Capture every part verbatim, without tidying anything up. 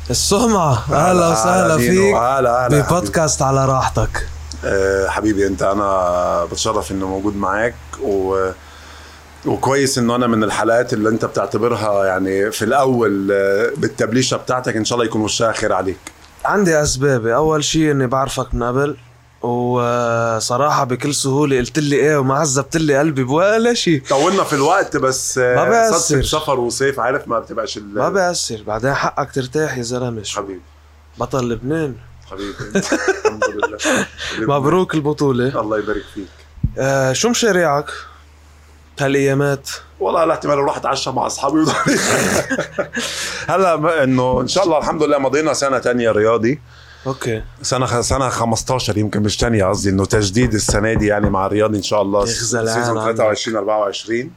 السمعة. أهلا وسهلا فيك ببودكاست على راحتك. أه حبيبي انت، انا بتشرف انه موجود معاك و... وكويس انه انا من الحلقات اللي انت بتعتبرها يعني في الاول بالتبليشة بتاعتك ان شاء الله يكون وشها خير عليك. عندي اسبابي. اول شيء اني بعرفك من قبل، وصراحة بكل سهولة قلت لي ايه وما عذبت لي قلبي بولا شيء. طولنا في الوقت بس ما بيأثر. سفر وصيف عارف ما بتبقاش ال... ما بيأثر. بعدين حقك ترتاح يا زلمة. حبيبي بطل لبنان حبيبي. الحمد لله. مبروك البطولة. الله يبارك فيك. آه شو مشاريعك هالايامات؟ والله لا احتمال اروح اتعشى مع اصحابي. هلا انه ان شاء الله الحمد لله مضينا سنه تانية رياضي. اوكي. سنه سنه خمستاشر يمكن مش تانية، قصدي انه تجديد السنه دي يعني مع الرياضي ان شاء الله سيزون ثلاثة وعشرين أربعة وعشرين.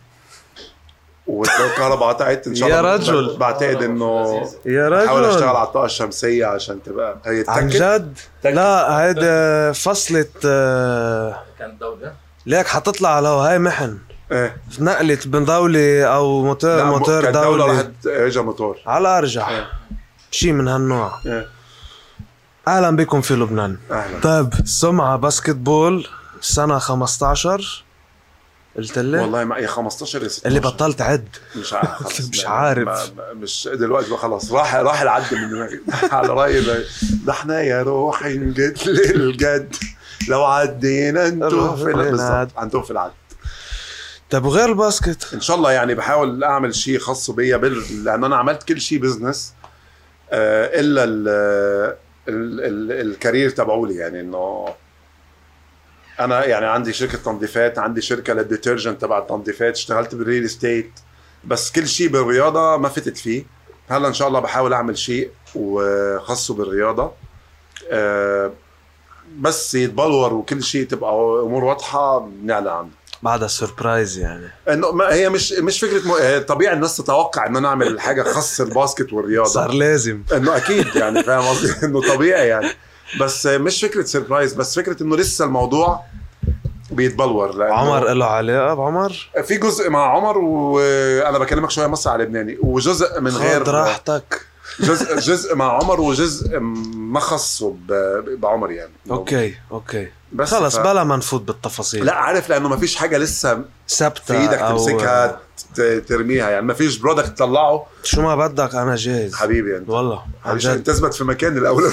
والكهرباء قطعت ان شاء الله. يا رجل بعتقد انه يا رجل حاول اشتغل على الطاقه الشمسيه عشان تبقى هي عن جد. لا هيدا فصلت آه... كانت دوله ليك حتطلع على هاي محن ايه نقلت من دولة او موتور موتور دولة راحت اجا موتور على ارجح ايه. شي من هالنوع ايه. اهلا بكم في لبنان. اهلا. طيب سمعة باسكتبول سنة خمستاشر قلت لي والله ما هي خمستاشر يا ستاشر اللي بطلت عد. مش عارف مش عارف مش دلوقتي خلاص راح راح العد من دماغي. على رأيي ده احنا يا روحي نجد للجد لو عدينا انتوا في العد انتوا في العد. طب وغير الباسكت ان شاء الله يعني بحاول اعمل شيء خاص بيا بال... لان انا عملت كل شيء بزنس آه الا ال... ال... ال... الكارير تبعولي، يعني انه انا يعني عندي شركه تنظيفات، عندي شركه للديترجنت تبع التنظيفات، اشتغلت بالريل استيت، بس كل شيء بالرياضه ما فتت فيه. هلا ان شاء الله بحاول اعمل شيء وخاصه بالرياضه أه بس يتبلور وكل شيء تبقى امور واضحه بنعلن عنه بعد سربرايز. يعني انه ما هي مش مش فكره م... طبيعي الناس تتوقع انه نعمل حاجه خاصه الباسكت والرياضه، صار لازم انه اكيد يعني فاهم قصدي انه طبيعي يعني، بس مش فكره سربرايز، بس فكره انه لسه الموضوع بيتبلور. عمر له علاقه بعمر؟ في جزء مع عمر وانا بكلمك شويه مصر على لبناني، وجزء من غير خد راحتك. جزء جزء مع عمر وجزء ما خصه بعمر يعني. اوكي اوكي بس خلص ف... بلا ما نفوت بالتفاصيل. لا عارف لانه ما فيش حاجه لسه ثابته في ايدك أو... تمسكها ترميها، يعني ما فيش برودكت تطلعه. شو ما بدك انا جاهز حبيبي انت والله عشان تثبت في مكان الاول.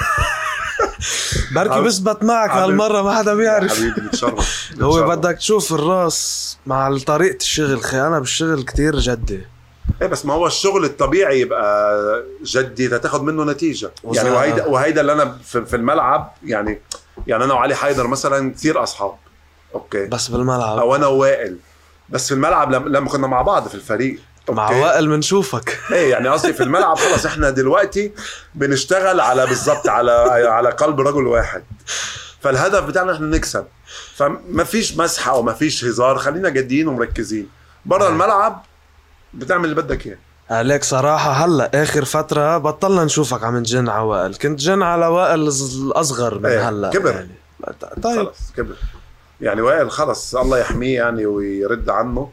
بركي بثبت معك هالمره ما حدا بيعرف. حبيبي نتشرف. هو بدك تشوف الراس مع طريقه الشغل. خي انا بالشغل كتير جدي. ايه بس ما هو الشغل الطبيعي يبقى جدي تاخد منه نتيجه يعني. وهيدا وهيدا اللي انا في الملعب يعني. يعني انا وعلي حيدر مثلا كثير اصحاب اوكي، بس بالملعب او انا ووائل بس في الملعب لما كنا مع بعض في الفريق أوكي. مع وائل منشوفك. ايه يعني قصدي في الملعب خلاص احنا دلوقتي بنشتغل على بالضبط على على قلب رجل واحد، فالهدف بتاعنا احنا نكسب، فما فيش مسحه وما فيش هزار، خلينا جديين ومركزين. بره الملعب بتعمل اللي بدك اياه. عليك صراحة هلا آخر فترة بطلنا نشوفك عم تجن على وائل. كنت جن على وائل الأصغر من ايه هلا كبر يعني. طيب خلص كبر يعني. وائل خلص الله يحميه يعني ويرد عنه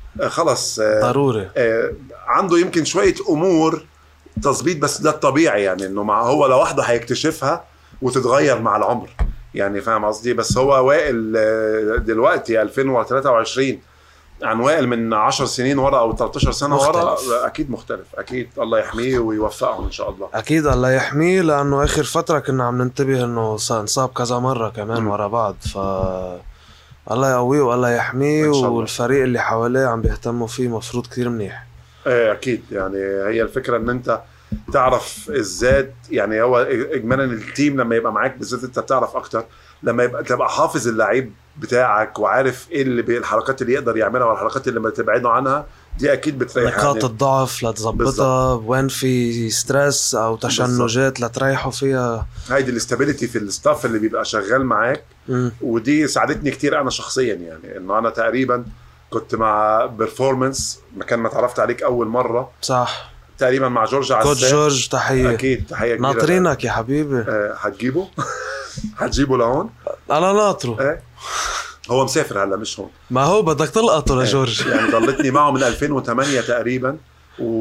خلص ضروري. آه عنده يمكن شوية أمور تظبيط بس ده الطبيعي يعني، إنه مع هو لوحده هيكتشفها وتتغير مع العمر يعني فاهم قصدي. بس هو وائل دلوقتي ألفين وثلاثة وعشرين عن وائل من عشر سنين ورا أو ثلاثة عشر سنة ورا أكيد مختلف. أكيد الله يحميه ويوفقه إن شاء الله. أكيد الله يحميه، لأنه آخر فترة كنا عم ننتبه إنه انصاب كذا مرة كمان ورا بعض، ف الله يقويه والله يحميه، والفريق اللي حواليه عم بيهتموا فيه مفروض كتير منيح. ايه اكيد يعني. هي الفكرة ان انت تعرف الذات يعني. هو اجمالا التيم لما يبقى معاك بالذات انت بتعرف اكتر، لما يبقى تبقى حافظ اللعيب بتاعك وعارف ايه اللي بي الحركات اللي يقدر يعملها والحركات اللي ما تبعده عنها، دي اكيد بتريح نقاط يعني. الضعف لتظبطها وين في ستريس او تشنجات لتريحوا فيها. هيدي الاستابيليتي في الستاف اللي بيبقى شغال معاك م. ودي ساعدتني كتير انا شخصيا يعني. انه انا تقريبا كنت مع بيرفورمانس مكان ما تعرفت عليك اول مرة صح تقريبا مع جورج عزام. كوتش جورج تحية. اكيد تحية كبيرة. ناطرينك يا حبيبي. أه هتجيبه هتجيبه لهون انا ناطره. أه هو مسافر هلا مش هون. ما هو بدك تلقطه لجورج يعني ضلتني معه من ألفين وثمانية تقريبا و...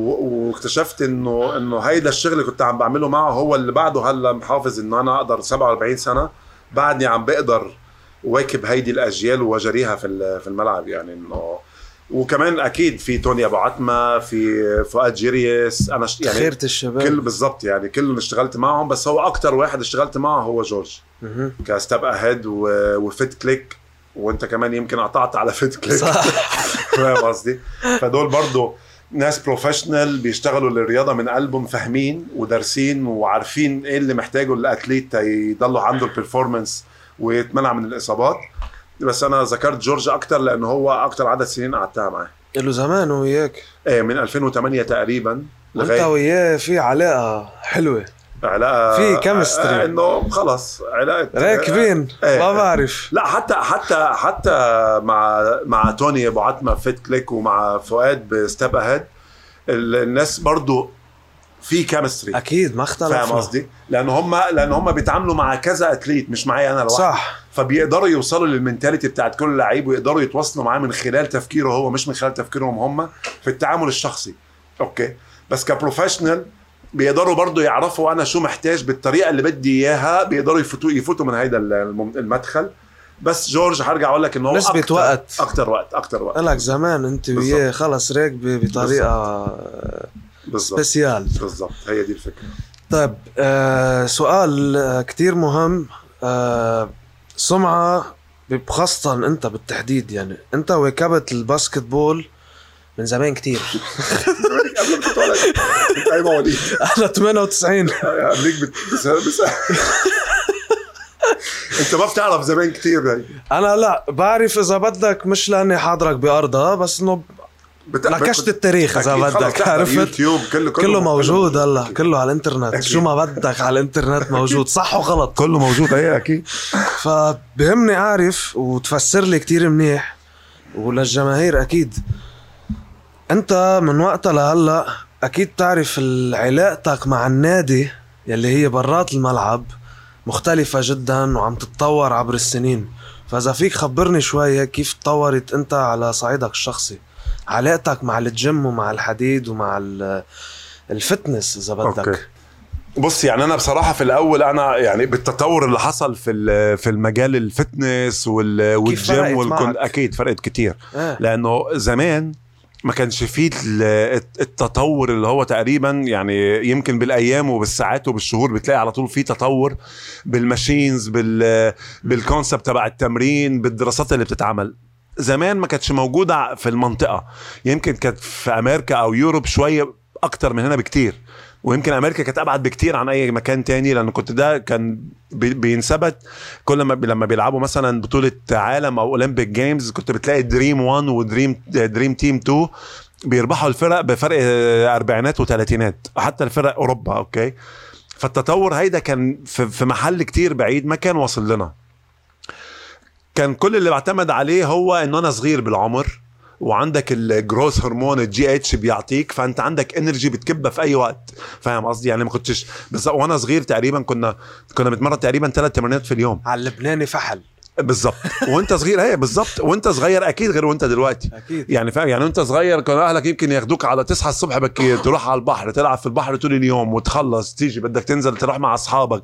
واكتشفت انه انه هيدا الشغل اللي كنت عم بعمله معه هو اللي بعده هلا محافظ انه انا اقدر سبعة وأربعين سنه بعدني عم بقدر واكب هيدي الاجيال وجريها في في الملعب. يعني انه وكمان اكيد في توني ابو عتمه، في فؤاد جيريس، انا ش... يعني خيرة الشباب كل بالضبط يعني كلهم اشتغلت معهم، بس هو اكتر واحد اشتغلت معه هو جورج كستاب اهيد و... وفيت كليك، وانت كمان يمكن قطعت على فيت كليك فاهم قصدي. فدول برضو ناس بروفيشنال بيشتغلوا للرياضه من قلبهم، فاهمين ودارسين وعارفين ايه اللي محتاجه الاتليت يضلوا عنده البرفورمانس ويتمنع من الاصابات. بس انا ذكرت جورج اكتر لانه هو اكتر عدد سنين قعدتها معه. له زمان وياك ايه من ألفين وثمانية تقريبا لغايه انت وياه في علاقه حلوه، علاقه في كيمستري آه انه خلص علاقه راكبين ايه ما بعرف. لا حتى حتى حتى مع مع توني ابو عتمه فيت كليك ومع فؤاد بستاب اهيد الناس برضو في كيمستري اكيد ما اختلف. فاهم قصدي؟ لانه هم لانه هم بيتعاملوا مع كذا اتليت مش معي انا لوحدي، صح. فبيقدروا يوصلوا للمنتاليتي بتاعت كل لعيب ويقدروا يتواصلوا معاه من خلال تفكيره هو مش من خلال تفكيرهم هم في التعامل الشخصي. اوكي بس كبروفيشنال بيقدروا برضو يعرفوا انا شو محتاج بالطريقه اللي بدي اياها، بيقدروا يفوتوا يفوتوا من هيدا المدخل. بس جورج هرجع اقول لك انه نسبة أكتر وقت اكتر وقت اكتر وقت لك زمان انت وياه خلص راكبه بطريقه سبيسيال. بالضبط هي دي الفكره. طيب آه سؤال آه كتير مهم، آه سمعه خاصه انت بالتحديد، يعني انت واكبت الباسكت بول من زمان كتير قبل ما تتولد انت اي مواليد؟ انا ثمانية وتسعين قبليك بس بس انت ما بتعرف زمان كتير هي. انا لا بعرف اذا بدك، مش لاني حاضرك بارضها بس انه نكشت التاريخ اذا بدك، عرفت يوتيوب كله كله, كله موجود هلا كله على الانترنت أكيد. شو ما بدك على الانترنت موجود صح وغلط كله موجود هي اكيد. فبهمني اعرف وتفسر لي كتير منيح وللجماهير اكيد، انت من وقتها لهلا اكيد تعرف علاقتك مع النادي يلي هي برات الملعب مختلفة جدا وعم تتطور عبر السنين، فاذا فيك خبرني شوية كيف تطورت انت على صعيدك الشخصي، علاقتك مع الجيم ومع الحديد ومع الفتنس اذا بدك. أوكي. بص يعني انا بصراحه في الاول انا يعني بالتطور اللي حصل في في المجال الفتنس والجيم والكل اكيد فرقت كتير آه. لانه زمان ما كانش فيه التطور اللي هو تقريبا يعني يمكن بالايام وبالساعات وبالشهور بتلاقي على طول فيه تطور بالماشينز بال بالكونسبت تبع التمرين بالدراسات اللي بتتعمل. زمان ما كانتش موجودة في المنطقة، يمكن كانت في أمريكا أو يوروب شوية أكتر من هنا بكتير، ويمكن أمريكا كانت أبعد بكتير عن أي مكان تاني، لأنه كنت ده كان بينثبت كل ما لما بيلعبوا مثلا بطولة عالم أو أولمبيك جيمز كنت بتلاقي دريم واحد ودريم دريم تيم اتنين بيربحوا الفرق بفرق أربعينات وثلاثينات حتى الفرق أوروبا. أوكي فالتطور هيدا كان في محل كتير بعيد ما كان وصل لنا. كان كل اللي بعتمد عليه هو انه انا صغير بالعمر وعندك الجروث هرمون الجي اتش بيعطيك، فانت عندك انرجي بتكبها في اي وقت، فاهم قصدي؟ يعني ما كنتش بس وانا صغير تقريبا كنا كنا بنتمرن تقريبا ثلاث تمرينات في اليوم على اللبناني فحل بالظبط. وانت صغير هي بالظبط، وانت صغير اكيد غير وانت دلوقتي اكيد يعني فاهم. يعني وانت صغير كانوا اهلك يمكن ياخدوك على تصحى الصبح بكير تروح على البحر تلعب في البحر طول اليوم وتخلص تيجي بدك تنزل تروح مع اصحابك.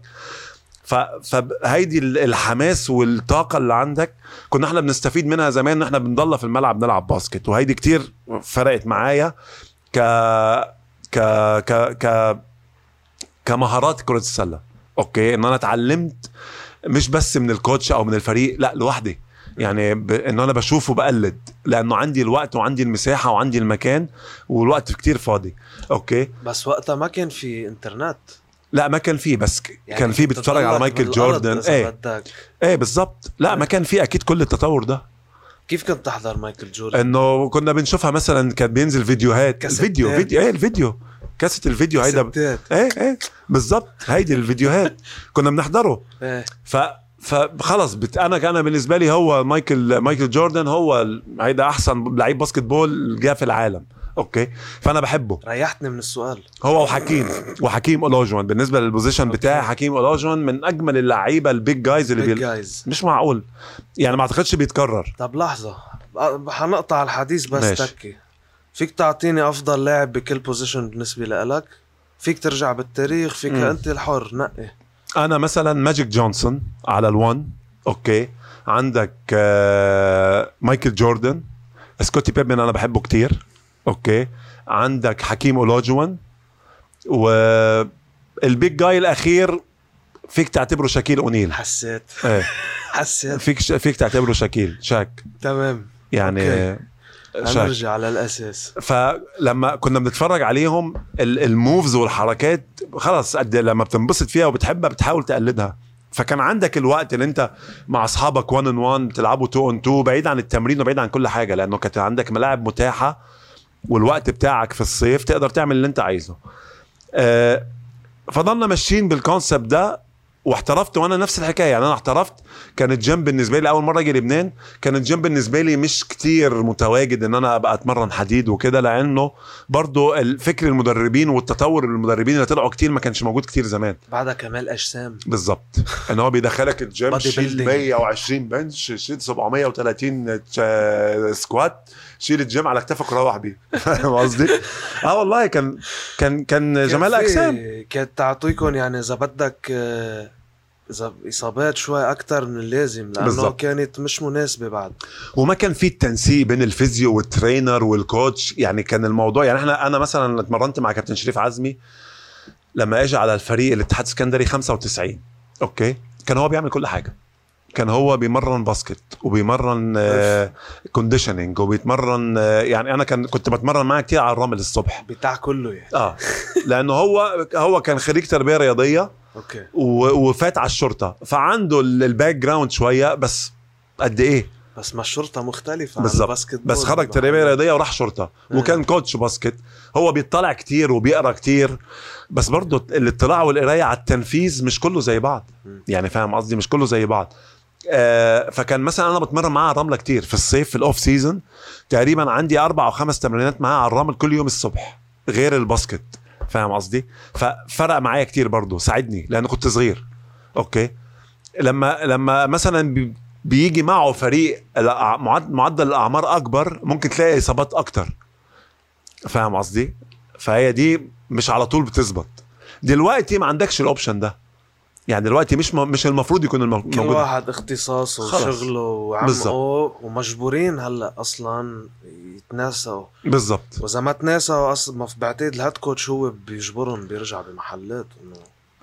فهيدي الحماس والطاقة اللي عندك كنا احنا بنستفيد منها زمان، احنا بنضل في الملعب نلعب باسكت، وهيدي كتير فرقت معايا ك ك ك ك كمهارات كرة السلة. اوكي ان انا اتعلمت مش بس من الكوتش او من الفريق، لا لوحدي، يعني ب... ان انا بشوفه بقلد لانه عندي الوقت وعندي المساحة وعندي المكان والوقت كتير فاضي. اوكي بس وقتها ما كان في انترنت، لا ما كان فيه، بس يعني كان فيه بتتفرج على مايكل جوردن ايه ايه بالضبط. لا ايه. ما كان فيه اكيد كل التطور ده. كيف كنت تحضر مايكل جوردن؟ انه كنا بنشوفها مثلا كان بينزل فيديوهات الفيديو فيديو ايه الفيديو كاسة الفيديو هيدا ايه ايه بالضبط هيدي الفيديوهات كنا بنحضره ايه. ف فخلص بت... انا كان بالنسبه لي هو مايكل مايكل جوردن هو هيدا احسن لعيب باسكت بول جاء في العالم. اوكي فانا بحبه. ريحتني من السؤال. هو وحكيم وحكيم أولاجوان بالنسبه للبوزيشن بتاعي حكيم أولاجوان من اجمل اللعيبه البيج جايز اللي بيل... جايز. مش معقول يعني ما اعتقدش بيتكرر. طب لحظه هنقطع الحديث بس ماشي. تكي فيك تعطيني افضل لاعب بكل بوزيشن بالنسبه لك؟ فيك ترجع بالتاريخ، فيك م. انت الحر نقي. انا مثلا ماجيك جونسون على الوان، اوكي. عندك آه مايكل جوردن، سكوتي بيبن انا بحبه كتير، اوكي. عندك حكيم أولاجوان، والبيج جاي الاخير فيك تعتبره شاكيل اونيل. حسيت ايه حسيت فيك فيك تعتبره شاكيل شاك. تمام يعني نرجع على الاساس. فلما كنا بنتفرج عليهم الموفز والحركات خلاص قد لما بتنبسط فيها وبتحبها بتحاول تقلدها. فكان عندك الوقت اللي انت مع اصحابك واحد ان واحد بتلعبوا اتنين ان اتنين بعيد عن التمرين وبعيد عن كل حاجه، لانه كانت عندك ملاعب متاحه والوقت بتاعك في الصيف تقدر تعمل اللي انت عايزه. أه فضلنا ماشيين بالكونسبت ده واحترفت وانا نفس الحكايه. يعني انا احترفت كانت جيم بالنسبه لي اول مره اجي لبنان، كانت جيم بالنسبه لي مش كتير متواجد ان انا ابقى اتمرن حديد وكده، لانه برضو الفكر المدربين والتطور المدربين اللي طلعوا كتير ما كانش موجود كتير زمان. بعدها كمال اجسام بالظبط ان هو بيدخلك الجيم شيل مية وعشرين بنش، شيل سبعمية وتلاتين سكوات، شيل الجيم على كتفك وروح بيه. فاهم قصدي؟ اه والله كان كان كان جمال اجسام. كانت تعطيكم يعني اذا بدك إذا إصابات شوي أكتر من اللازم، لأنه بالزبط. كانت مش مناسبة بعد، وما كان في التنسيق بين الفيزيو والترينر والكوتش. يعني كان الموضوع يعني احنا أنا مثلا اتمرنت مع كابتن شريف عزمي لما اجى على الفريق الاتحاد السكندري خمسة وتسعين، أوكي. كان هو بيعمل كل حاجة، كان هو بيمرن باسكت وبيمرن آه كونديشنينج وبيتمرن آه يعني انا كان كنت بتمرن معاه كتير على الرمل الصبح بتاع كله يعني. اه لانه هو هو كان خريج تربيه رياضيه اوكي وفات على الشرطه، فعنده الباك جراوند شويه، بس قد ايه بس ما الشرطه مختلفه عن الباسكت، بس خرج تربيه رياضيه وراح شرطه آه. وكان كوتش باسكت. هو بيطلع كتير وبيقرا كتير، بس برضه الاطلاع والقرايه على التنفيذ مش كله زي بعض. يعني فاهم قصدي؟ مش كله زي بعض. آه فكان مثلا انا بتمرن معاه على الرمله كتير في الصيف في الاوف سيزون، تقريبا عندي اربع او خمس تمرينات معاه على الرمل كل يوم الصبح غير الباسكت. فاهم قصدي؟ ففرق معايا كتير برضو، ساعدني لانه كنت صغير. اوكي لما لما مثلا بيجي معه فريق معدل الاعمار اكبر ممكن تلاقي اصابات اكتر. فاهم قصدي؟ فهي دي مش على طول بتزبط. دلوقتي ما عندكش الاوبشن ده، يعني دلوقتي مش م... مش المفروض يكون الموجود. كل واحد اختصاصه وشغله وعمقه، ومجبورين هلا اصلا يتناسوا. بالضبط. واذا ما تناسوا اصلا بعتقد الهيد كوتش هو بيجبرهم بيرجع بمحلات انه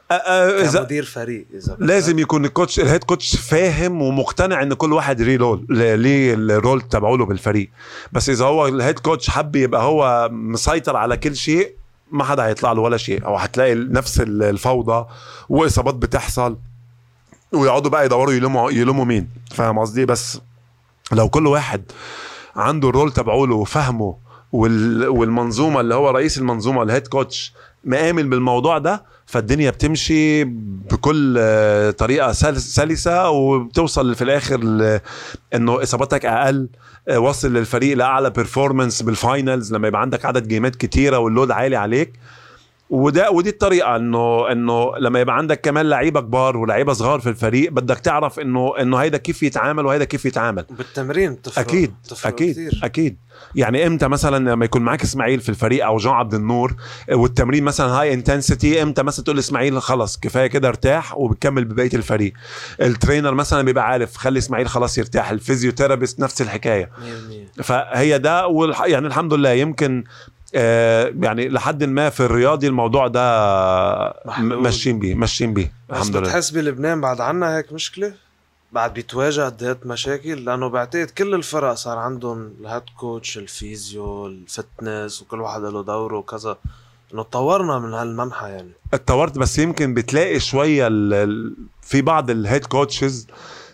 إذا مدير فريق. إذا لازم يكون الكوتش الهيد كوتش فاهم ومقتنع ان كل واحد ليه رول، ليه الرول تبعه له بالفريق. بس اذا هو الهيد كوتش حب يبقى هو مسيطر على كل شيء ما حدا هيطلع له ولا شيء، او هتلاقي نفس الفوضى واصابات بتحصل ويقعدوا بقى يدوروا يلوموا يلوموا مين. فاهم قصدي؟ بس لو كل واحد عنده الرول تبعه له وفهمه والمنظومه اللي هو رئيس المنظومه الهيد كوتش مآمن بالموضوع ده، فالدنيا بتمشي بكل طريقه سلسه وبتوصل في الاخر انه اصابتك اقل، وصل للفريق لاعلى بيرفورمانس بالفاينلز لما يبقى عندك عدد جيمات كتيره واللود عالي عليك. وده ودي الطريقه انه انه لما يبقى عندك كمان لعيبه كبار ولاعيبه صغار في الفريق بدك تعرف انه انه هيدا كيف يتعامل وهيدا كيف يتعامل بالتمرين. تفرق اكيد تفرق اكيد كتير. اكيد. يعني امتى مثلا لما يكون معاك اسماعيل في الفريق او جون عبد النور والتمرين مثلا هاي انتنسيتي، امتى مثلا تقول اسماعيل خلاص كفايه كده ارتاح وبتكمل ببقيه الفريق. الترينر مثلا بيبقى عارف خلي اسماعيل خلاص يرتاح. الفيزيوثيرابيست نفس الحكايه. فهي ده والح... يعني الحمد لله يمكن آه يعني لحد ما في الرياضي الموضوع ده ماشيين بيه ماشيين بيه الحمد لله. بتحس بلبنان بعد عنا هيك مشكله؟ بعد بيتواجه قديت مشاكل؟ لانه بعتقد كل الفرق صار عندهم الهيد كوتش الفيزيو الفتنس وكل واحد له دوره وكذا، انه تطورنا من هالمنحى. يعني اتطورت، بس يمكن بتلاقي شويه ال... في بعض الهيد كوتشز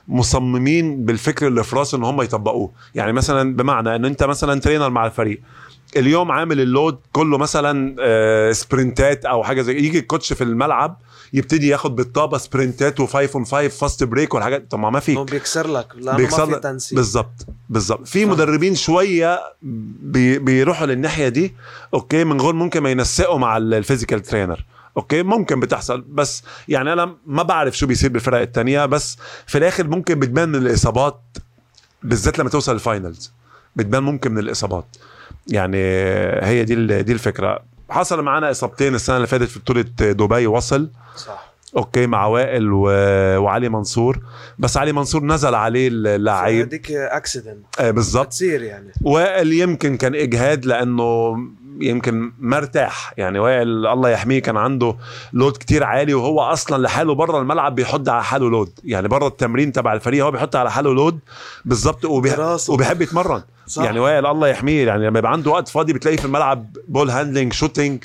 مصممين بالفكر اللي في راسه ان هم يطبقوه. يعني مثلا بمعنى ان انت مثلا ترينر مع الفريق اليوم عامل اللود كله مثلا آه سبرنتات او حاجه زي، يجي الكوتش في الملعب يبتدي ياخد بالطابه سبرنتات وفايف اون فايف فاست بريك والحاجات. طب ما فيك، بيكسر لك لانه ما في تنسيق. بالظبط بالظبط. في مدربين شويه بي بيروحوا للناحيه دي، اوكي، من غير ممكن ما ينسقوا مع الفيزيكال ترينر. اوكي ممكن بتحصل، بس يعني انا ما بعرف شو بيصير بالفرق التانية. بس في الاخر ممكن بتبان من الاصابات بالذات لما توصل الفاينلز، بتبان ممكن من الاصابات. يعني هي دي دي الفكره. حصل معنا اصابتين السنه اللي فاتت في بطوله دبي وصل صح اوكي مع وائل و... وعلي منصور، بس علي منصور نزل عليه اللاعب هذيك اكسيدنت آه بالضبط بتصير يعني. وائل يمكن كان اجهاد لانه يمكن مرتاح يعني. وائل الله يحميه كان عنده لود كتير عالي، وهو اصلا لحاله برا الملعب بيحط على حاله لود، يعني برا التمرين تبع الفريق هو بيحط على حاله لود بالضبط، وبيح... وبيحب يتمرن صح. يعني وائل الله يحميه يعني لما يبقى عنده وقت فاضي بتلاقيه في الملعب بول هاندلينج شوتينج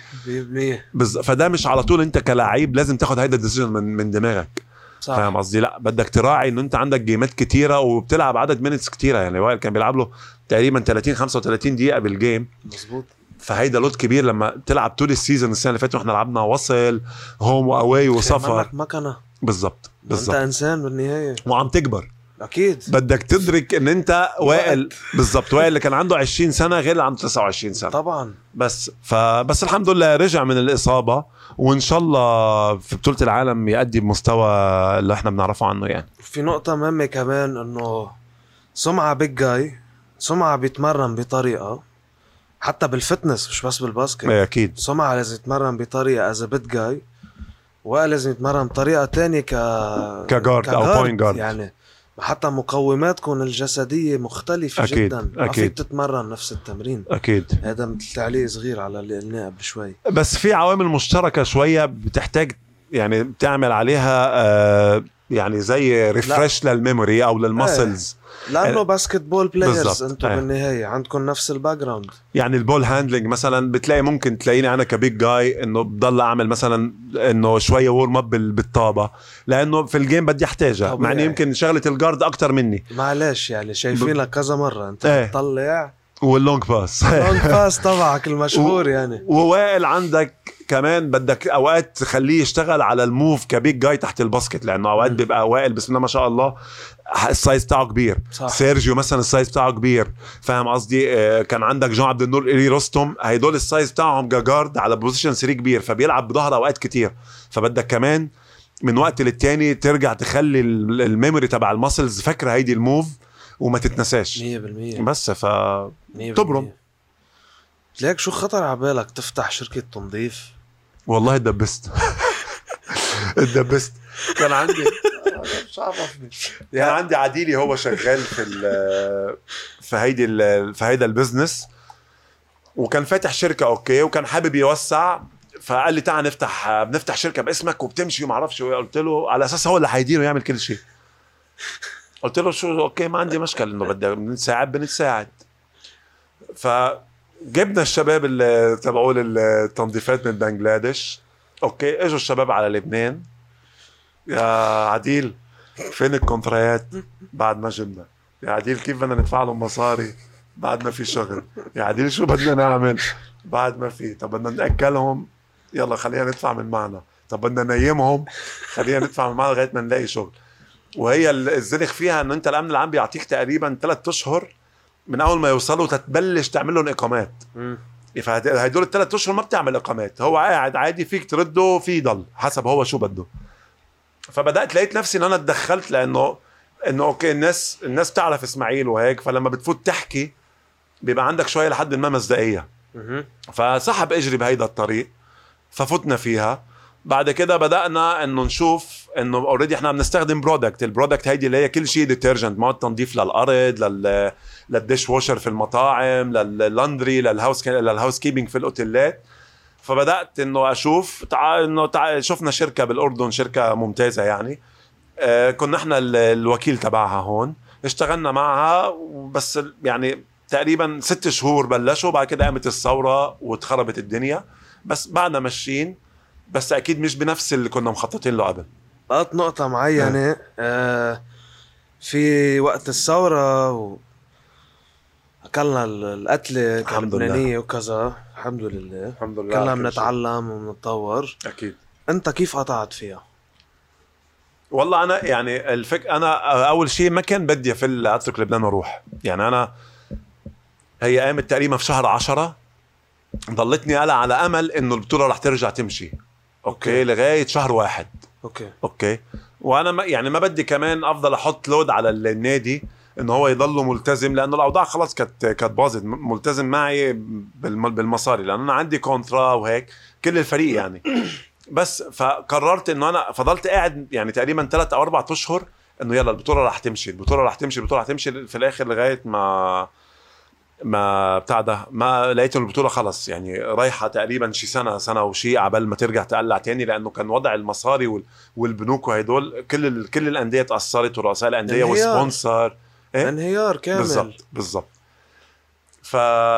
بز... فده مش على طول انت كلاعب لازم تاخد هيدا الديسيجن من من دماغك، فاهم قصدي؟ لا بدك تراعي انه انت عندك جيمات كتيره وبتلعب عدد مينتس كتيره. يعني وائل كان بيلعب له تقريبا ثلاثين خمسة وثلاثين دقيقه بالجيم مظبوط، فهيدا لود كبير لما تلعب طول السيزون. السنه اللي فاتت واحنا لعبنا وصل هوم واواي وسفر مكنه بالضبط بالضبط. انت انسان بالنهايه وعم تكبر اكيد، بدك تدرك ان انت وائل بالضبط. وائل اللي كان عنده عشرين سنه غير اللي عنده تسعة وعشرين سنه طبعا. بس فبس الحمد لله رجع من الاصابه، وان شاء الله في بطوله العالم يؤدي بمستوى اللي احنا بنعرفه عنه. يعني في نقطه مهمه كمان انه سمعه بيج جاي، سمعه بيتمرن بطريقه حتى بالفتنس مش بس بالباسكت. اكيد سمعه لازم يتمرن بطريقه از بيج جاي، ولازم يتمرن بطريقه تانية ك كجارد او بوينت جارد، يعني حتى مقوماتكم الجسديه مختلفه أكيد. جدا، ما فيك أكيد. تتمرن نفس التمرين. اكيد هذا مثل تعليق صغير على اللي قلناه قبل شوي. بس في عوامل مشتركه شويه بتحتاج يعني بتعمل عليها آه يعني زي ريفرش للميموري او للمسلز، لانه باسكت بول بلايرز انتم ايه. بالنهايه عندكم نفس الباك جراوند. يعني البول هاندلنج مثلا بتلاقي ممكن تلاقيني انا كبيج جاي انه بضل اعمل مثلا انه شويه وورم اب بالطابه لانه في الجيم بدي احتاجها، مع انه يمكن شغله الجارد اكتر مني. معلش يعني شايفينك كذا مره انت ايه. بتطلع واللونج باس اللونج باس تبعك المشهور يعني. ووائل عندك كمان بدك اوقات تخليه يشتغل على الموف كبيج جاي تحت الباسكت، لانه اوقات بيبقى وائل بسم الله ما شاء الله السايز تاعه كبير. صح. سيرجيو مثلا السايز تاعه كبير، فاهم قصدي؟ آه كان عندك جون عبد النور إيري رستم، هيدول السايز تاعهم جارد على بوزيشن ثري كبير، فبيلعب بظهر اوقات كتير. فبدك كمان من وقت للتاني ترجع تخلي الميموري تبع الماسلز فاكره هيدي الموف وما تتنساش مية بالمية. بس ف تبرم. ليك شو خطر على بالك تفتح شركة تنظيف؟ والله اتدبست اتدبست. كان عندي مش عارفني يعني عندي عديلي هو شغال في ال في هيدي ال في هيدا البزنس، وكان فاتح شركة اوكي وكان حابب يوسع، فقال لي تعال نفتح بنفتح شركة باسمك وبتمشي وما اعرفش. قلت له على اساس هو اللي هيدير ويعمل كل شيء. قلت له شو اوكي ما عندي مشكلة انه بدنا بنساعد بنتساعد. فجبنا الشباب اللي تبعوا التنظيفات من بنغلاديش اوكي، اجوا الشباب على لبنان. يا عديل فين الكونترايات بعد ما جبنا؟ يا عديل كيف بدنا ندفع لهم مصاري بعد ما في شغل؟ يا عديل شو بدنا نعمل بعد ما في؟ طب بدنا نأكلهم، يلا خلينا ندفع من معنا. طب بدنا نيمهم، خلينا ندفع من معنا لغايه ما نلاقي شغل. وهي الزنخ فيها انه انت الامن العام بيعطيك تقريبا ثلاث اشهر من اول ما يوصلوا تتبلش تعمل لهم اقامات. فهدول الثلاث اشهر ما بتعمل اقامات، هو قاعد عادي فيك ترده في ضل حسب هو شو بده. فبدات لقيت نفسي ان انا اتدخلت لانه انه اوكي الناس الناس بتعرف اسماعيل وهيك، فلما بتفوت تحكي بيبقى عندك شويه لحد ما مصداقيه. فسحب اجري بهيدا الطريق ففتنا فيها. بعد كده بدأنا انه نشوف انه اوريدي احنا بنستخدم برودكت. البرودكت هيدي اللي هي كل شيء ديترجنت، مواد تنظيف للارض، لل للديش واشر في المطاعم، لللاندري، للهاوس للهاوس كيبنج في الاوتيلات. فبدأت انه اشوف تع... انه تع... شفنا شركة بالاردن، شركة ممتازة يعني. آه كنا احنا الوكيل تبعها هون، اشتغلنا معها بس يعني تقريبا ست شهور بلشوا. بعد كده قامت الثورة وتخربت الدنيا، بس بعدنا ماشيين، بس اكيد مش بنفس اللي كنا مخططين له قبل. قلت نقطة معينة آه في وقت الثورة و... أكلنا القتلة كلبنانية وكذا، الحمد لله الحمد لله كلنا بنتعلم وبنتطور. أكيد. أنت كيف قطعت فيها؟ والله أنا يعني الفك أنا أول شيء ما كان بدي في أترك لبنان وروح. يعني أنا هي قامت تقريبا في شهر عشرة، ضلتني قلق على أمل إنه البطولة رح ترجع تمشي أوكي, أوكي. لغاية شهر واحد. أوكي أوكي. وأنا ما يعني ما بدي كمان أفضل أحط لود على النادي انه هو يضل ملتزم، لانه الاوضاع خلاص كانت كانت باظت، ملتزم معي بالم- بالمصاري، لان انا عندي كونترا وهيك كل الفريق يعني. بس فقررت انه انا فضلت قاعد يعني تقريبا ثلاث او اربع اشهر انه يلا البطوله راح تمشي البطوله راح تمشي البطوله راح تمشي في الاخر، لغايه ما ما بتاع ده ما لقيت إن البطوله خلص يعني رايحه تقريبا شي سنه سنه وشي عبال ما ترجع تقلع تاني، لانه كان وضع المصاري وال- والبنوك وهدول كل ال... كل الانديه تاثرت، ورؤساء الانديه انهيار. وسبونسر إيه؟ انهيار كامل. بالضبط بالضبط. ف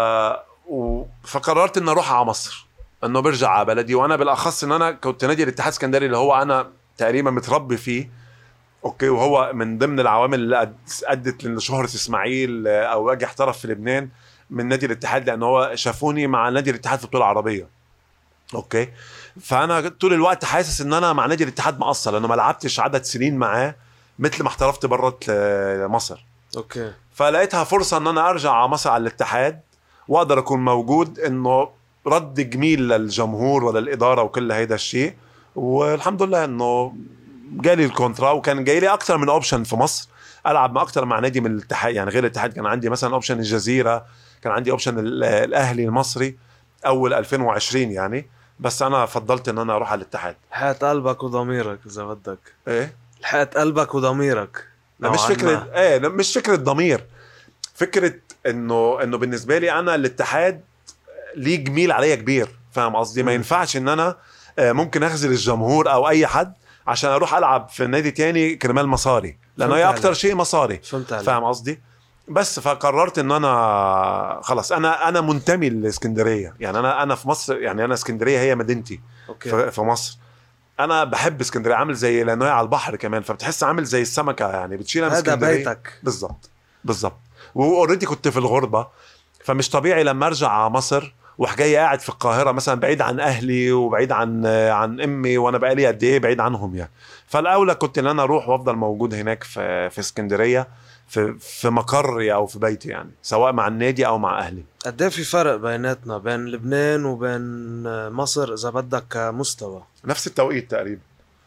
و... فقررت ان اروح على مصر، انه برجع على بلدي، وانا بالاخص ان انا كنت نادي الاتحاد السكندري اللي هو انا تقريبا متربي فيه، اوكي، وهو من ضمن العوامل اللي أد- ادت لشهرة اسماعيل آه، او اجي احترف في لبنان من نادي الاتحاد، لانه هو شافوني مع نادي الاتحاد في البطوله العربيه. اوكي، فانا طول الوقت حاسس ان انا مع نادي الاتحاد مقصر، لانه ما لعبتش عدد سنين معاه مثل ما احترفت برا مصر. اوكي، فلقيتها فرصه ان انا ارجع على مصر على الاتحاد واقدر اكون موجود، انه رد جميل للجمهور وللاداره وكل هيدا الشيء. والحمد لله انه جالي الكونترا، وكان جاي لي اكثر من اوبشن في مصر العب مع اكثر مع نادي من الاتحاد، يعني غير الاتحاد كان عندي مثلا اوبشن الجزيره، كان عندي اوبشن ال- الاهلي المصري اول ألفين وعشرين يعني، بس انا فضلت ان انا اروح على الاتحاد. لحقت قلبك وضميرك اذا بدك، ايه لحقت قلبك وضميرك. لا مش نوعاً فكره ما. ايه لا مش فكره ضمير، فكره انه انه بالنسبه لي انا الاتحاد ليه جميل عليا كبير، فاهم قصدي؟ ما مم. ينفعش ان انا آه، ممكن اخذل الجمهور او اي حد عشان اروح العب في نادي تاني كرمال مصاري، لانه فهمت هي عليك. اكتر شيء مصاري، فهمت عليك. فاهم قصدي؟ بس فقررت ان انا خلاص انا انا منتمي لاسكندريه، يعني انا انا في مصر، يعني انا اسكندريه هي مدينتي اوكي، في, في مصر. انا بحب اسكندريه، عامل زي لانه هي على البحر كمان، فبتحس عامل زي السمكه يعني بتشيلها من هذا اسكندريه. بيتك. بالضبط بالضبط. واوريدي كنت في الغربه، فمش طبيعي لما ارجع على مصر وح جاي قاعد في القاهره مثلا بعيد عن اهلي وبعيد عن عن امي، وانا بقالي قد ايه بعيد عنهم يعني. فالاولى كنت ان انا اروح وافضل موجود هناك في في اسكندريه، في في مقري او في بيتي يعني، سواء مع النادي او مع اهلي. قد ايه في فرق بيناتنا بين لبنان وبين مصر اذا بدك كمستوى؟ نفس التوقيت تقريبا.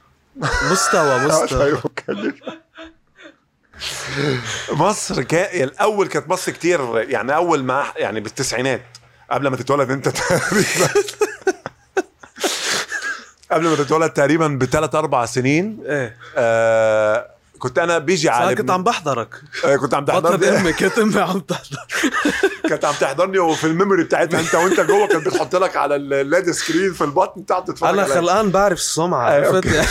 مستوى مستوى مصر كا... الاول كانت مصر كتير يعني، اول ما يعني بالتسعينات قبل ما تتولد انت تقريبا قبل ما تتولد تقريبا بثلاث اربع سنين. ايه، آه كنت انا بيجي على كنت عم بحضرك آه كنت عم بطلب تحضرني امي، كنت امي عم تحضر. كنت عم تحضرني، وفي الميموري بتاعتها انت وانت جوه كانت بتحط لك على الليد سكرين في البطن بتاعت تتفرج انا عليها. خلقان بعرف السمعه، آه، عرفت يعني.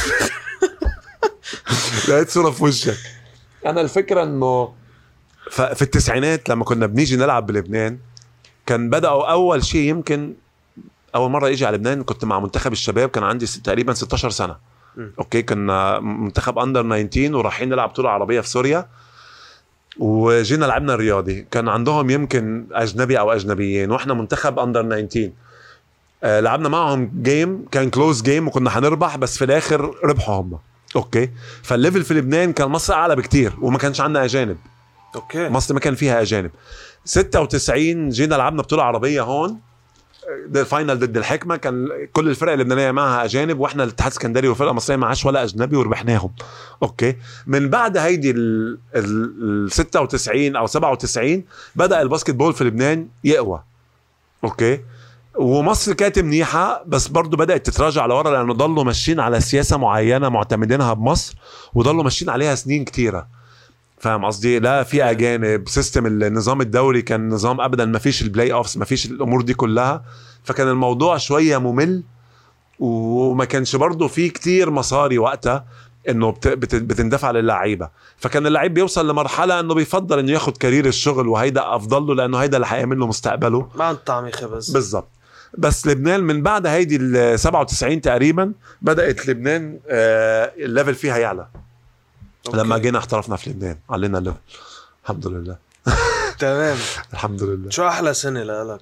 لقيت صورة في وشك. انا الفكرة انه في التسعينات لما كنا بنيجي نلعب بلبنان، كان بدأوا اول شيء، يمكن اول مرة يجي على لبنان كنت مع منتخب الشباب، كان عندي ست- تقريبا ستاشر سنة. م. اوكي، كنا منتخب اندر تسعتاشر ورايحين نلعب بطولة عربية في سوريا، وجينا لعبنا الرياضي، كان عندهم يمكن اجنبي او اجنبيين، واحنا منتخب اندر تسعتاشر. آه لعبنا معهم جيم، كان كلوز جيم وكنا حنربح، بس في الاخر ربحوا هم. اوكي، فالليفل في لبنان كان مصر اعلى بكتير، وما كانش عندنا اجانب. اوكي، مصر ما كان فيها اجانب. ستة وتسعين جينا لعبنا بطوله عربيه هون، ده الفاينل ضد الحكمه، كان كل الفرق اللبنانيه معها اجانب، واحنا الاتحاد السكندري والفرقه المصريه معهاش ولا اجنبي وربحناهم. اوكي، من بعد هيدي ال ال ستة وتسعين او سبعة وتسعين بدا الباسكت بول في لبنان يقوى. اوكي، ومصر كانت منيحة، بس برضو بدأت تتراجع لورا، لأنه ضلوا ماشيين على سياسة معينة معتمدينها بمصر، وضلوا ماشيين عليها سنين كتيرة، فاهم قصدي؟ لا في أجانب، سيستم النظام الدوري كان نظام أبدا ما فيش البلاي أوفس، ما فيش الأمور دي كلها، فكان الموضوع شوية ممل، وما كانش برضو فيه كتير مصاري وقتها انه بت... بت... بتندفع للعيبه، فكان اللعيب بيوصل لمرحله انه بيفضل انه ياخد كارير الشغل، وهيدا افضل له، لانه هيدا اللي هيعمل له مستقبله. ما عند طعمي خبز بالضبط. بس لبنان من بعد هيدي ال سبعة وتسعين تقريبا بدأت لبنان آه الليفل فيها يعلى. أوكي. لما جينا احترفنا في لبنان علينا الليفل، الحمد لله. تمام. الحمد لله. شو احلى سنه لك؟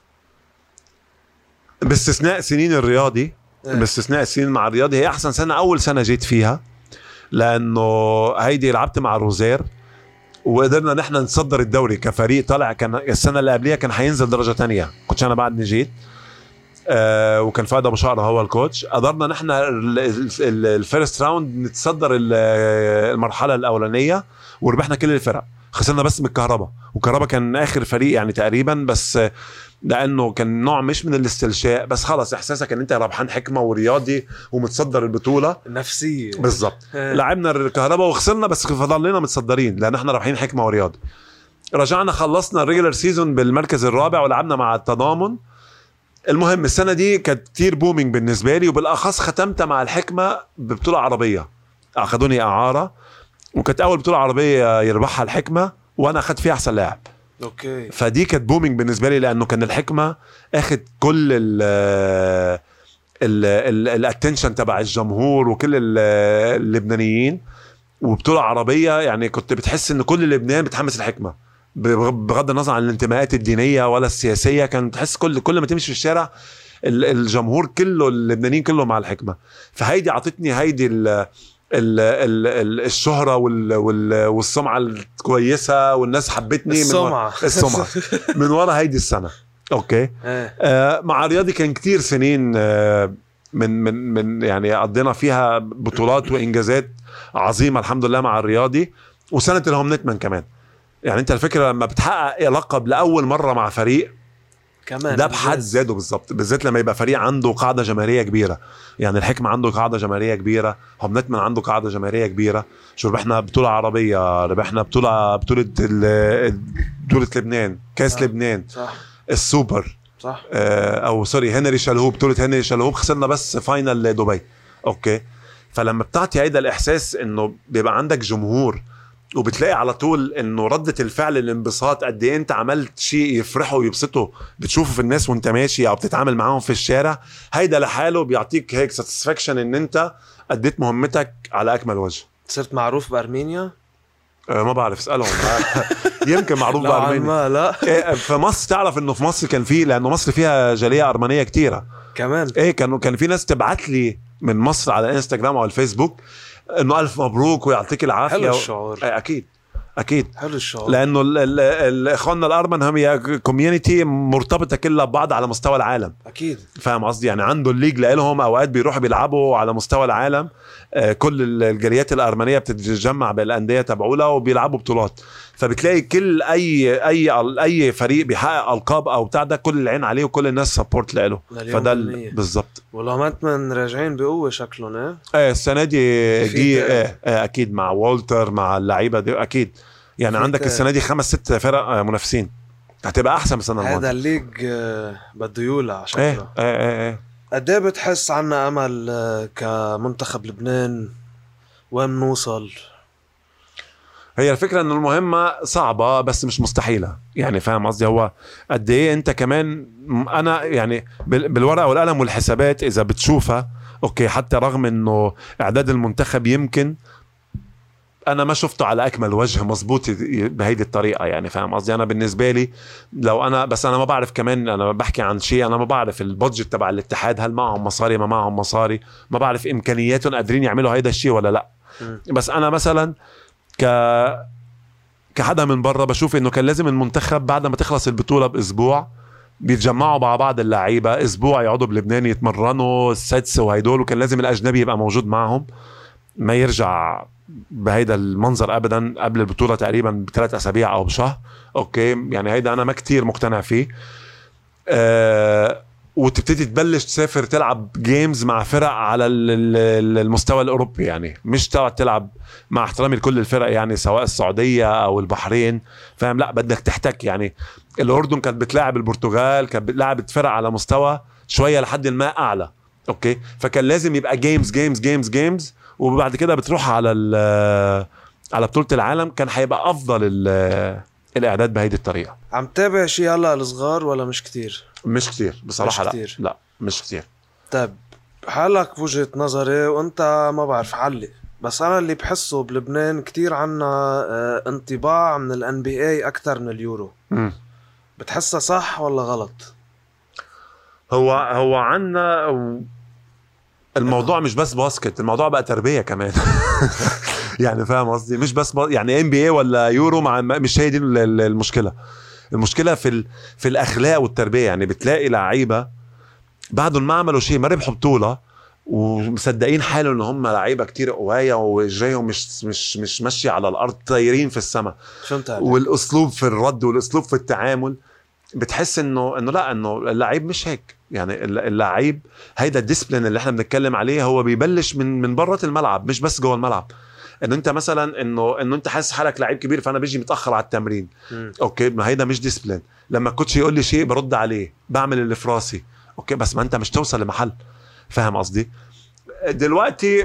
باستثناء سنين الرياضي، إيه. باستثناء السنين مع الرياضي، هي احسن سنه اول سنه جيت فيها، لانه هيدي لعبت مع روزير وقدرنا نحن نتصدر الدوري كفريق طالع. كان السنه اللي قبليها كان حينزل درجه تانية، كنتش انا بعد نجيت، آه وكان فؤاد ابو شقره هو الكوتش. قدرنا نحن الفيرست راوند نتصدر المرحله الاولانيه وربحنا كل الفرق، خسرنا بس من الكهرباء، والكهرباء كان اخر فريق يعني تقريبا، بس لانه كان نوع مش من الاستلشاء، بس خلص احساسك ان انت ربحان حكمه ورياضي ومتصدر البطوله نفسيه بالضبط. لعبنا الكهرباء وخسرنا بس فضلنا متصدرين لان احنا رابحين حكمه ورياضي. رجعنا خلصنا الريجولر سيزون بالمركز الرابع ولعبنا مع التضامن. المهم السنه دي كانت كتير بومينج بالنسبه لي، وبالاخص ختمتها مع الحكمه ببطوله عربيه، اخذوني اعاره وكانت اول بطوله عربيه يربحها الحكمه وانا اخذت فيها احسن لاعب. اوكي. فدي كانت بومينج بالنسبه لي لانه كان الحكمه اخذ كل ال الاتنشن تبع الجمهور وكل اللبنانيين، وبطوله عربيه يعني كنت بتحس ان كل لبنان بتحمس الحكمه بغض النظر عن الانتماءات الدينيه ولا السياسيه. كان تحس كل كل ما تمشي في الشارع الجمهور كله اللبنانيين كله مع الحكمه. فهيدي عطتني هيدي ال ال ال الشهرة وال وال والسمعة الكويسة والناس حبتني السمعة من السمعة من ورا هيدي السنة. اوكي. آه مع رياضي كان كتير سنين آه من من من يعني قضينا فيها بطولات وانجازات عظيمة الحمد لله مع الرياضي. وسنة الهوم نتمان كمان، يعني انت الفكرة لما بتحقق لقب لأول مرة مع فريق كمان ده بحد ذاته بالظبط، بالذات لما يبقى فريق عنده قاعده جماهيريه كبيره. يعني الحكمه عنده قاعده جماهيريه كبيره، هوم نتمان عنده قاعده جماهيريه كبيره. شو ربحنا بطوله عربيه، ربحنا بطوله بطوله بطوله لبنان، كاس صح. لبنان صح. السوبر صح. آه او سوري هنري شلهوب، بطوله هنري شلهوب خسرنا بس فاينل دبي. اوكي. فلما بتعطي هيدا الاحساس انه بيبقى عندك جمهور وبتلاقي على طول انه ردة الفعل الانبساط قد ايه انت عملت شيء يفرحوا ويبسطوا بتشوفه في الناس وانت ماشي او بتتعامل معاهم في الشارع، هيدا لحاله بيعطيك هيك ساتسفاكشن ان انت اديت مهمتك على اكمل وجه. صرت معروف بارمينيا؟ أه ما بعرف اسالهم يمكن معروف بارمينيا. لا إيه في مصر تعرف انه في مصر كان في، لانه مصر فيها جاليه ارمنيه كتيره كمان. ايه كانوا كان في ناس تبعت لي من مصر على الانستغرام او الفيسبوك انه الف مبروك ويعطيك العافيه. حلو الشعور. و... اكيد اكيد حلو الشعور، لانه اخواننا الارمن هم هي كوميونتي مرتبطه كلها ببعض على مستوى العالم. اكيد فاهم قصدي؟ يعني عنده الليج لهم اوقات بيروحوا بيلعبوا على مستوى العالم. آه كل الجاليات الارمنيه بتتجمع بالانديه تبعولها وبيلعبوا بطولات. فبتلاقي كل اي اي اي فريق بيحقق القاب او بتاع ده كل العين عليه وكل الناس سبورت له. فده بالضبط. والله من راجعين بقوه شكلهم. ايه ايه السنه دي جي ايه اكيد مع والتر مع اللعيبه دي اكيد. يعني عندك السنه دي خمس ست فرق منافسين، هتبقى احسن من السنه الماضيه. هذا الليج بده يولع شكله. ايه ايه ايه قد ايه بتحس عنا امل كمنتخب لبنان؟ وين نوصل؟ هي الفكره انه المهمه صعبه بس مش مستحيله. يعني فاهم قصدي؟ هو قد ايه انت كمان انا يعني بالورقه والقلم والحسابات اذا بتشوفها اوكي، حتى رغم انه اعداد المنتخب يمكن انا ما شفته على اكمل وجه مزبوط بهيدي الطريقه. يعني فاهم قصدي؟ انا بالنسبه لي لو انا بس انا ما بعرف كمان، انا بحكي عن شيء انا ما بعرف البادجت تبع الاتحاد، هل معهم مصاري ما معهم مصاري، ما بعرف امكانياتهم قادرين يعملوا هيدا الشيء ولا لا. م. بس انا مثلا ك كحدا من برا بشوف انه كان لازم المنتخب بعد ما تخلص البطوله باسبوع بيتجمعوا مع بعض اللعيبه اسبوع يقعدوا بلبنان يتمرنوا السادس وهيدول، وكان لازم الاجنبي يبقى موجود معهم، ما يرجع بهيدا المنظر ابدا قبل البطوله تقريبا بثلاث اسابيع او بشهر. اوكي يعني هيدا انا ما كتير مقتنع فيه. أه وتبتدي تبلش تسافر تلعب جيمز مع فرق على المستوى الاوروبي، يعني مش تقعد تلعب مع احترامي لكل الفرق يعني سواء السعوديه او البحرين، فاهم؟ لا بدك تحتك. يعني الاردن كانت بتلاعب البرتغال، كانت بتلاعب فرق على مستوى شويه لحد ما اعلى. اوكي فكان لازم يبقى جيمز جيمز جيمز جيمز وبعد كده بتروح على على بطولة العالم. كان هيبقى افضل الاعداد بهيدي الطريقة. عم تابع شيء هلا الصغار ولا مش كتير؟ مش كتير بصراحة. مش كتير. لا لا مش كتير. طيب حالك وجهة نظري وانت ما بعرف علق، بس انا اللي بحسه بلبنان كتير عنا انطباع من الان بي اي اكتر من اليورو. م. بتحسها صح ولا غلط؟ هو هو عنا الموضوع مش بس باسكت، الموضوع بقى تربية كمان. يعني فاهم قصدي؟ مش بس با... يعني ام بي اي ولا يورو مع مش هي دي المشكلة. المشكلة في ال... في الاخلاق والتربية. يعني بتلاقي لعيبة بعدهم ما عملوا شيء، ما ربحوا بطولة ومصدقين حالهم ان هم لعيبه كتير قوايه وجايهم مش مش مش ماشي على الارض، طايرين في السماء. والاسلوب في الرد والاسلوب في التعامل بتحس انه انه لا انه اللعيب مش هيك. يعني اللعيب هيدا الديسبلين اللي احنا بنتكلم عليه هو بيبلش من من برة الملعب مش بس جوه الملعب. انه انت مثلا انه انه انت حاسس حالك لعيب كبير فانا بيجي متاخر على التمرين. م. اوكي ما هيدا مش ديسبلين. لما الكوتش يقول لي شيء برد عليه، بعمل اللي في راسي. اوكي بس ما انت مش توصل لمحل. فاهم قصدي؟ دلوقتي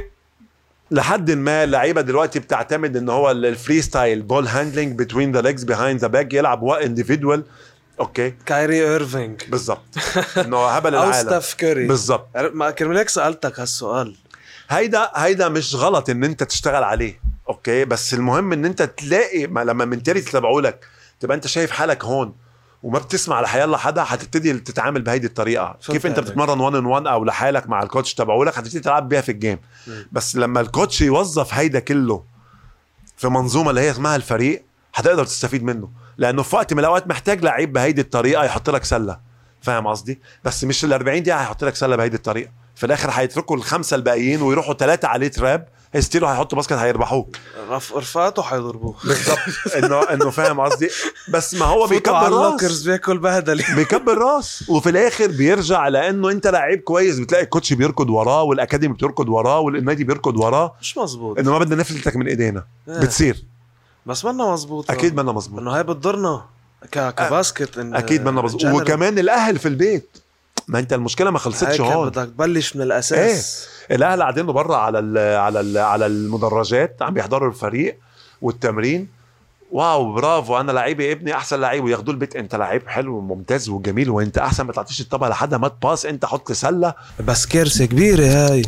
لحد ما اللعيبه دلوقتي بتعتمد ان هو الفري ستايل بول هاندلنج بتوين ذا ليجز بيهايند ذا باك، يلعب وا انديفيدوال. اوكي كايري ايرفينج بالضبط. انه هبل العالم او ستيف كوري بالضبط. ما كرمالك سالتك هالسؤال. هيدا هيدا مش غلط ان انت تشتغل عليه. اوكي بس المهم ان انت تلاقي ما لما منتاليتي تبعولك تبقى انت شايف حالك هون وما بتسمع لحيالله حدا، هتبتدي تتعامل بهيدي الطريقه. كيف انت بتتمرن وان ان وان او لحالك مع الكوتش تبعولك هتبتدي تلعب بيها في الجيم. م. بس لما الكوتش يوظف هيدا كله في منظومه اللي هي اسمها الفريق هتقدر تستفيد منه، لانه في وقت من الاوقات محتاج لعيب بهيدي الطريقه يحط لك سله. فاهم قصدي؟ بس مش ال أربعين دقيقه هيحط لك سله بهيدي الطريقه، في الاخر هيتركوا الخمسه الباقيين ويروحوا ثلاثه عليه تراب، هيستيلوا هيحطوا باسكت هيربحوك، رفقاته هيضربوه بالضبط. انه انه فاهم قصدي؟ بس ما هو بيكبر راس بياكل بهدل بيكبر راس وفي الاخر بيرجع لانه انت لعيب كويس، بتلاقي الكوتش بيركض وراه والاكاديمي بتركض وراه والنادي بيركض وراه. مش مزبوط انه ما بدنا نفلتك من ايدينا. اه. بتصير بس منا مزبوط. اكيد منا مزبوط انه هاي بتضرنا كباسكت. إن اكيد منا مزبوط. وكمان الاهل في البيت، ما انت المشكله ما خلصتش هون، بدك تبلش من الاساس. ايه الاهل قاعدين برا على ال على ال على المدرجات عم بيحضروا الفريق والتمرين. واو برافو انا لعيبي ابني احسن لعيب، وياخدوه البيت انت لعيب حلو وممتاز وجميل وانت احسن، ما تعطيش الطبق لحدا، ما تباس انت حط سله. بس كارثه كبيره هاي.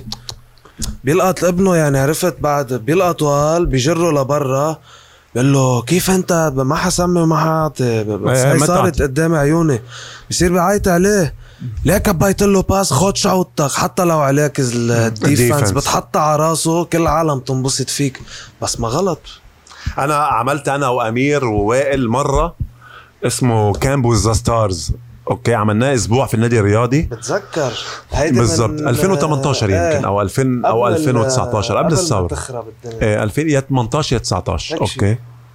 بيلقط ابنه يعني عرفت بعد بيلقط وال بيجره لبرا بقول له كيف انت ما حسمي وما حاعطي، بس هي صارت قدام عيوني. بصير بعيط عليه ليك كبيت له باس خد شوطك، حتى لو عليك الديفنس بتحطها على راسه كل العالم تنبسط فيك. بس ما غلط. انا عملت انا وامير ووائل مره اسمه كامب وذ ذا ستارز. اوكي عملناه اسبوع في النادي الرياضي بتذكر هيدا بالضبط ألفين وثمانية عشر يمكن اه او ألفين او ألفين وتسعة عشر قبل الثوره. ايه ألفين يا ثمانية عشر يا تسعة عشر. اوكي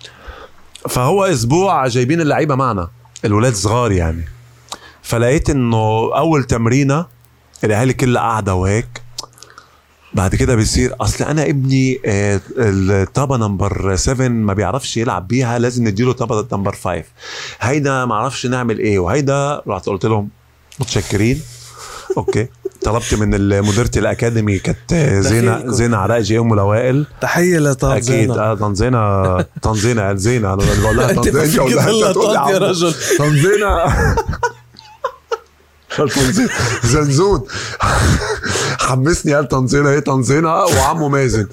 فهو اسبوع جايبين اللعيبه معنا الولاد صغار يعني. فلقيت انه اول تمرينه الاهالي كلها قاعده وهيك، بعد كده بيصير اصل انا ابني آه الطابه نمبر سبعة ما بيعرفش يلعب بيها، لازم نديله طابه نمبر خمسة، هيدا ما عرفش نعمل ايه وهيدا. رحت قلت لهم متشكرين. اوكي طلبت من مديرة الاكاديمي كانت زينه زينه عراقجي ام لوائل، تحيه لطنزينه. اكيد اه طنزينه طنزينه زينه. انا بقول لها طنزينه يا رجل طنزينه زنزون حمسني قال طنزينه ايه طنزينه وعمو مازن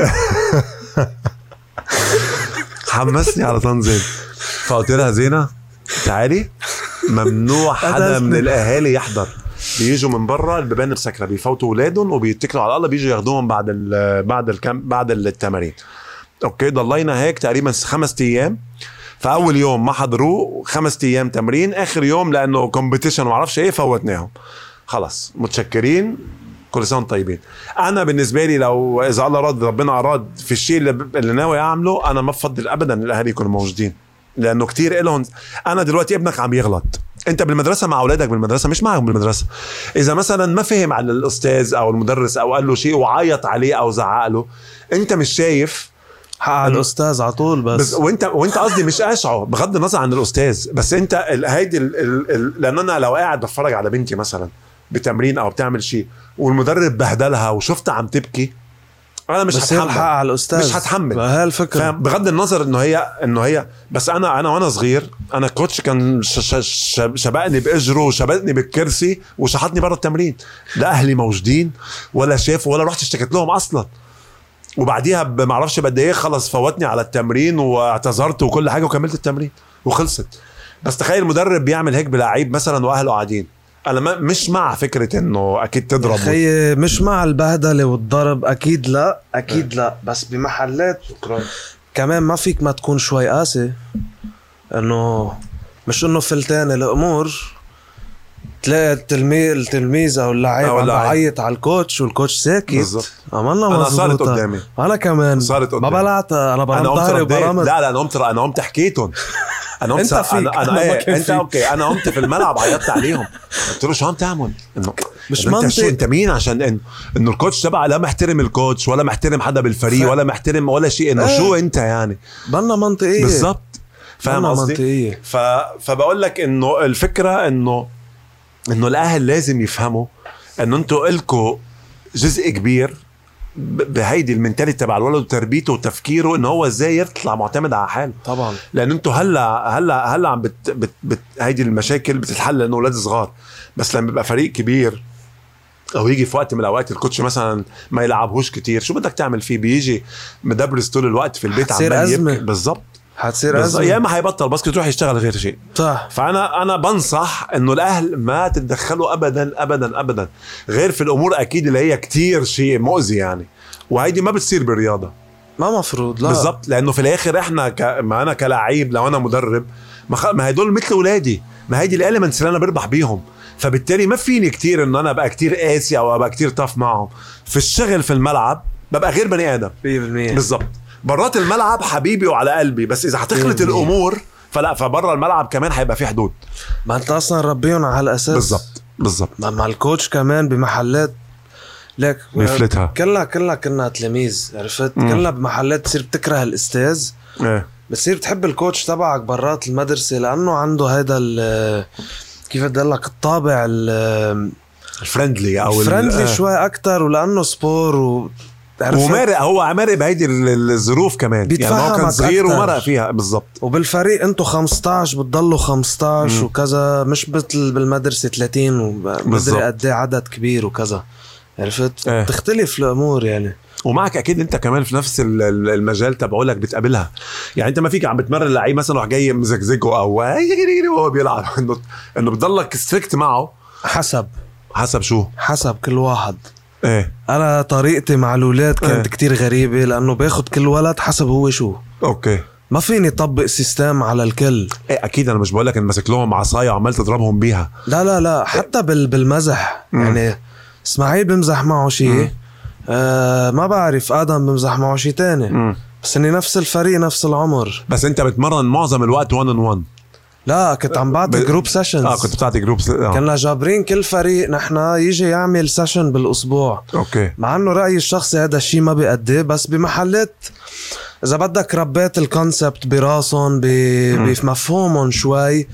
حمسني على طنزين. فقلت لها زينه تعالي ممنوع حدا من الاهالي يحضر، بيجوا من برا البيبان مسكره، بيفوتوا اولادهم وبيتكلوا على الله، بيجوا ياخدوهم بعد ال بعد الكم بعد التمارين. اوكي ضلينا هيك تقريبا خمس ايام. فاول يوم ما حضروه، خمس ايام تمرين، اخر يوم لانه كومبيتيشن ما اعرفش ايه فوتناهم. خلاص متشكرين كل سنه طيبين. انا بالنسبه لي لو اذا الله رد ربنا اراد في الشيء اللي, اللي ناوي اعمله، انا ما بفضل ابدا الاهالي يكونوا موجودين، لانه كتير لهم. انا دلوقتي ابنك عم يغلط، انت بالمدرسه مع اولادك بالمدرسه مش معهم بالمدرسه. اذا مثلا ما فهم على الاستاذ او المدرس او قال له شيء وعيط عليه او زعق له، انت مش شايف حق الاستاذ على طول. بس, بس وانت وانت قصدي مش اشعه بغض النظر عن الاستاذ، بس انت هيدي لان انا لو قاعد بتفرج على بنتي مثلا بتمرين او بتعمل شيء والمدرب بهدلها وشفتها عم تبكي، انا مش هتحمل على الاستاذ، مش هتحمل. هاي الفكره بغض النظر انه هي انه هي بس انا انا وانا صغير انا كوتش كان شبقني باجره وشبقني بالكرسي وشحطني برا التمرين، لا اهلي موجودين ولا شافوا ولا رحت اشتكيت لهم اصلا. وبعديها ما اعرفش بقد ايه خلص فوتني على التمرين واعتذرت وكل حاجه وكملت التمرين وخلصت. بس تخيل المدرب بيعمل هيك باللعيب مثلا واهله قاعدين. انا ما مش مع فكره انه اكيد تضرب، اخي مش مع البهدله والضرب، اكيد لا اكيد لا، بس بمحلات كمان ما فيك ما تكون شوي قاسي، انه مش انه فلتان الامور تلاقي التلميذ التلميذ او اللعيب أو عم اللعيب. بعيط على الكوتش والكوتش ساكت. بالضبط. عملنا انا مزبوطة. صارت قدامي انا كمان صارت ما قدامي. بلعت انا انا برمت قمت ظهري رديت. وبرمت. لا لا انا قمت انا قمت حكيتهم. انا قمت انت فيك. انا, أنا أنا ما ايه كان انت فيك. اوكي انا قمت في الملعب عيطت عليهم. قلت له شو عم تعمل؟ انه مش إنه انت شو منطق. انت مين عشان إن انه الكوتش تبع لا محترم الكوتش ولا محترم حدا بالفريق ف... ولا محترم ولا شيء انه ايه. شو انت يعني بلنا منطقية بالضبط. فاهم بلنا قصدي؟ منطقية. ف... فبقول لك انه الفكره انه انه الاهل لازم يفهموا انه انتوا الكو جزء كبير بهيدي المنتاليتي تبع الولد وتربيته وتفكيره انه هو ازاي يطلع معتمد على حاله. طبعا لان انتوا هلا هلا هلا عم بت بت بت هيدي المشاكل بتتحل لانه اولاد صغار، بس لما بيبقى فريق كبير او يجي في وقت من الاوقات الكوتش مثلا ما يلعبهوش كتير، شو بدك تعمل فيه؟ بيجي مدبرس طول الوقت في البيت حتصير عمال أزمة. يبكي. بالضبط حتصير يا أزمة. اما حيبطل بس تروح يشتغل غير شيء. صح. فانا انا بنصح انه الاهل ما تتدخلوا ابدا ابدا ابدا غير في الامور اكيد اللي هي كتير شيء مؤذي يعني، وهيدي ما بتصير بالرياضه. ما مفروض. لا بالضبط. لانه في الاخر احنا ك... ما انا كلاعب لو انا مدرب ما, خ... ما هدول مثل اولادي، ما هيدي الاليمنتس اللي انا بربح بيهم، فبالتالي ما فيني كتير انه انا ابقى كتير قاسي او ابقى كتير طف معهم. في الشغل في الملعب ببقى غير بني ادم. مية بالمية. بالضبط. برات الملعب حبيبي وعلى قلبي، بس اذا حتخلط الامور فلا، فبرا الملعب كمان حيبقى في حدود. ما انت اصلا ربيهم على الاساس. بالضبط بالضبط. مع, مع الكوتش كمان بمحلات لك بيفلتها. كلنا كلنا كنا تلاميذ عرفت. كلنا بمحلات بتصير بتكره الاستاذ، ايه بتصير بتحب الكوتش تبعك برات المدرسة لانه عنده هذا ال كيف بدي اقول لك الطابع ال الفرندلي او الفرندلي ال... شوي اكتر، ولانه سبور و ومارق، هو عمارق بهيدي الظروف كمان يعني، هو كان صغير ومرق فيها. بالضبط. وبالفريق انتوا خمسطعش بتضلوا خمسطعش مم. وكذا، مش مثل بالمدرسة ثلاثين ومدري قد ايه عدد كبير وكذا عرفت. ايه. تختلف الامور يعني. ومعك اكيد انت كمان في نفس ال- ال- المجال تبعولك بتقابلها يعني. انت ما فيك عم بتمرن لعيب مثلا راح جاي مزقزقه او وهو بيلعب انه انه بتضلك ستريكت معه حسب حسب شو حسب كل واحد. ايه انا طريقتي مع الاولاد كانت ايه. كتير غريبة لانه باخد كل ولد حسب هو شو. اوكي. ما فيني طبق سيستم على الكل. ايه اكيد. انا مش بقول لك ان ماسك لهم عصايه وعمال تضربهم بيها. لا لا لا حتى بال بالمزح. مم. يعني اسماعيل بمزح معه شيء، آه ما بعرف ادم بمزح معه شيء تاني. مم. بس اني نفس الفريق نفس العمر. بس انت بتمرن معظم الوقت واحد ان واحد. لا كنت عم بعطي ب... جروب سيشنز. اه كنت بتعطي جروب س... آه. كنا جابرين كل فريق نحنا يجي يعمل سيشن بالاسبوع. اوكي. مع انه رايي الشخصي هذا الشيء ما بيأدي، بس بمحلات اذا بدك ربيت الكونسبت براسهم ب... بمفهومهم شوي،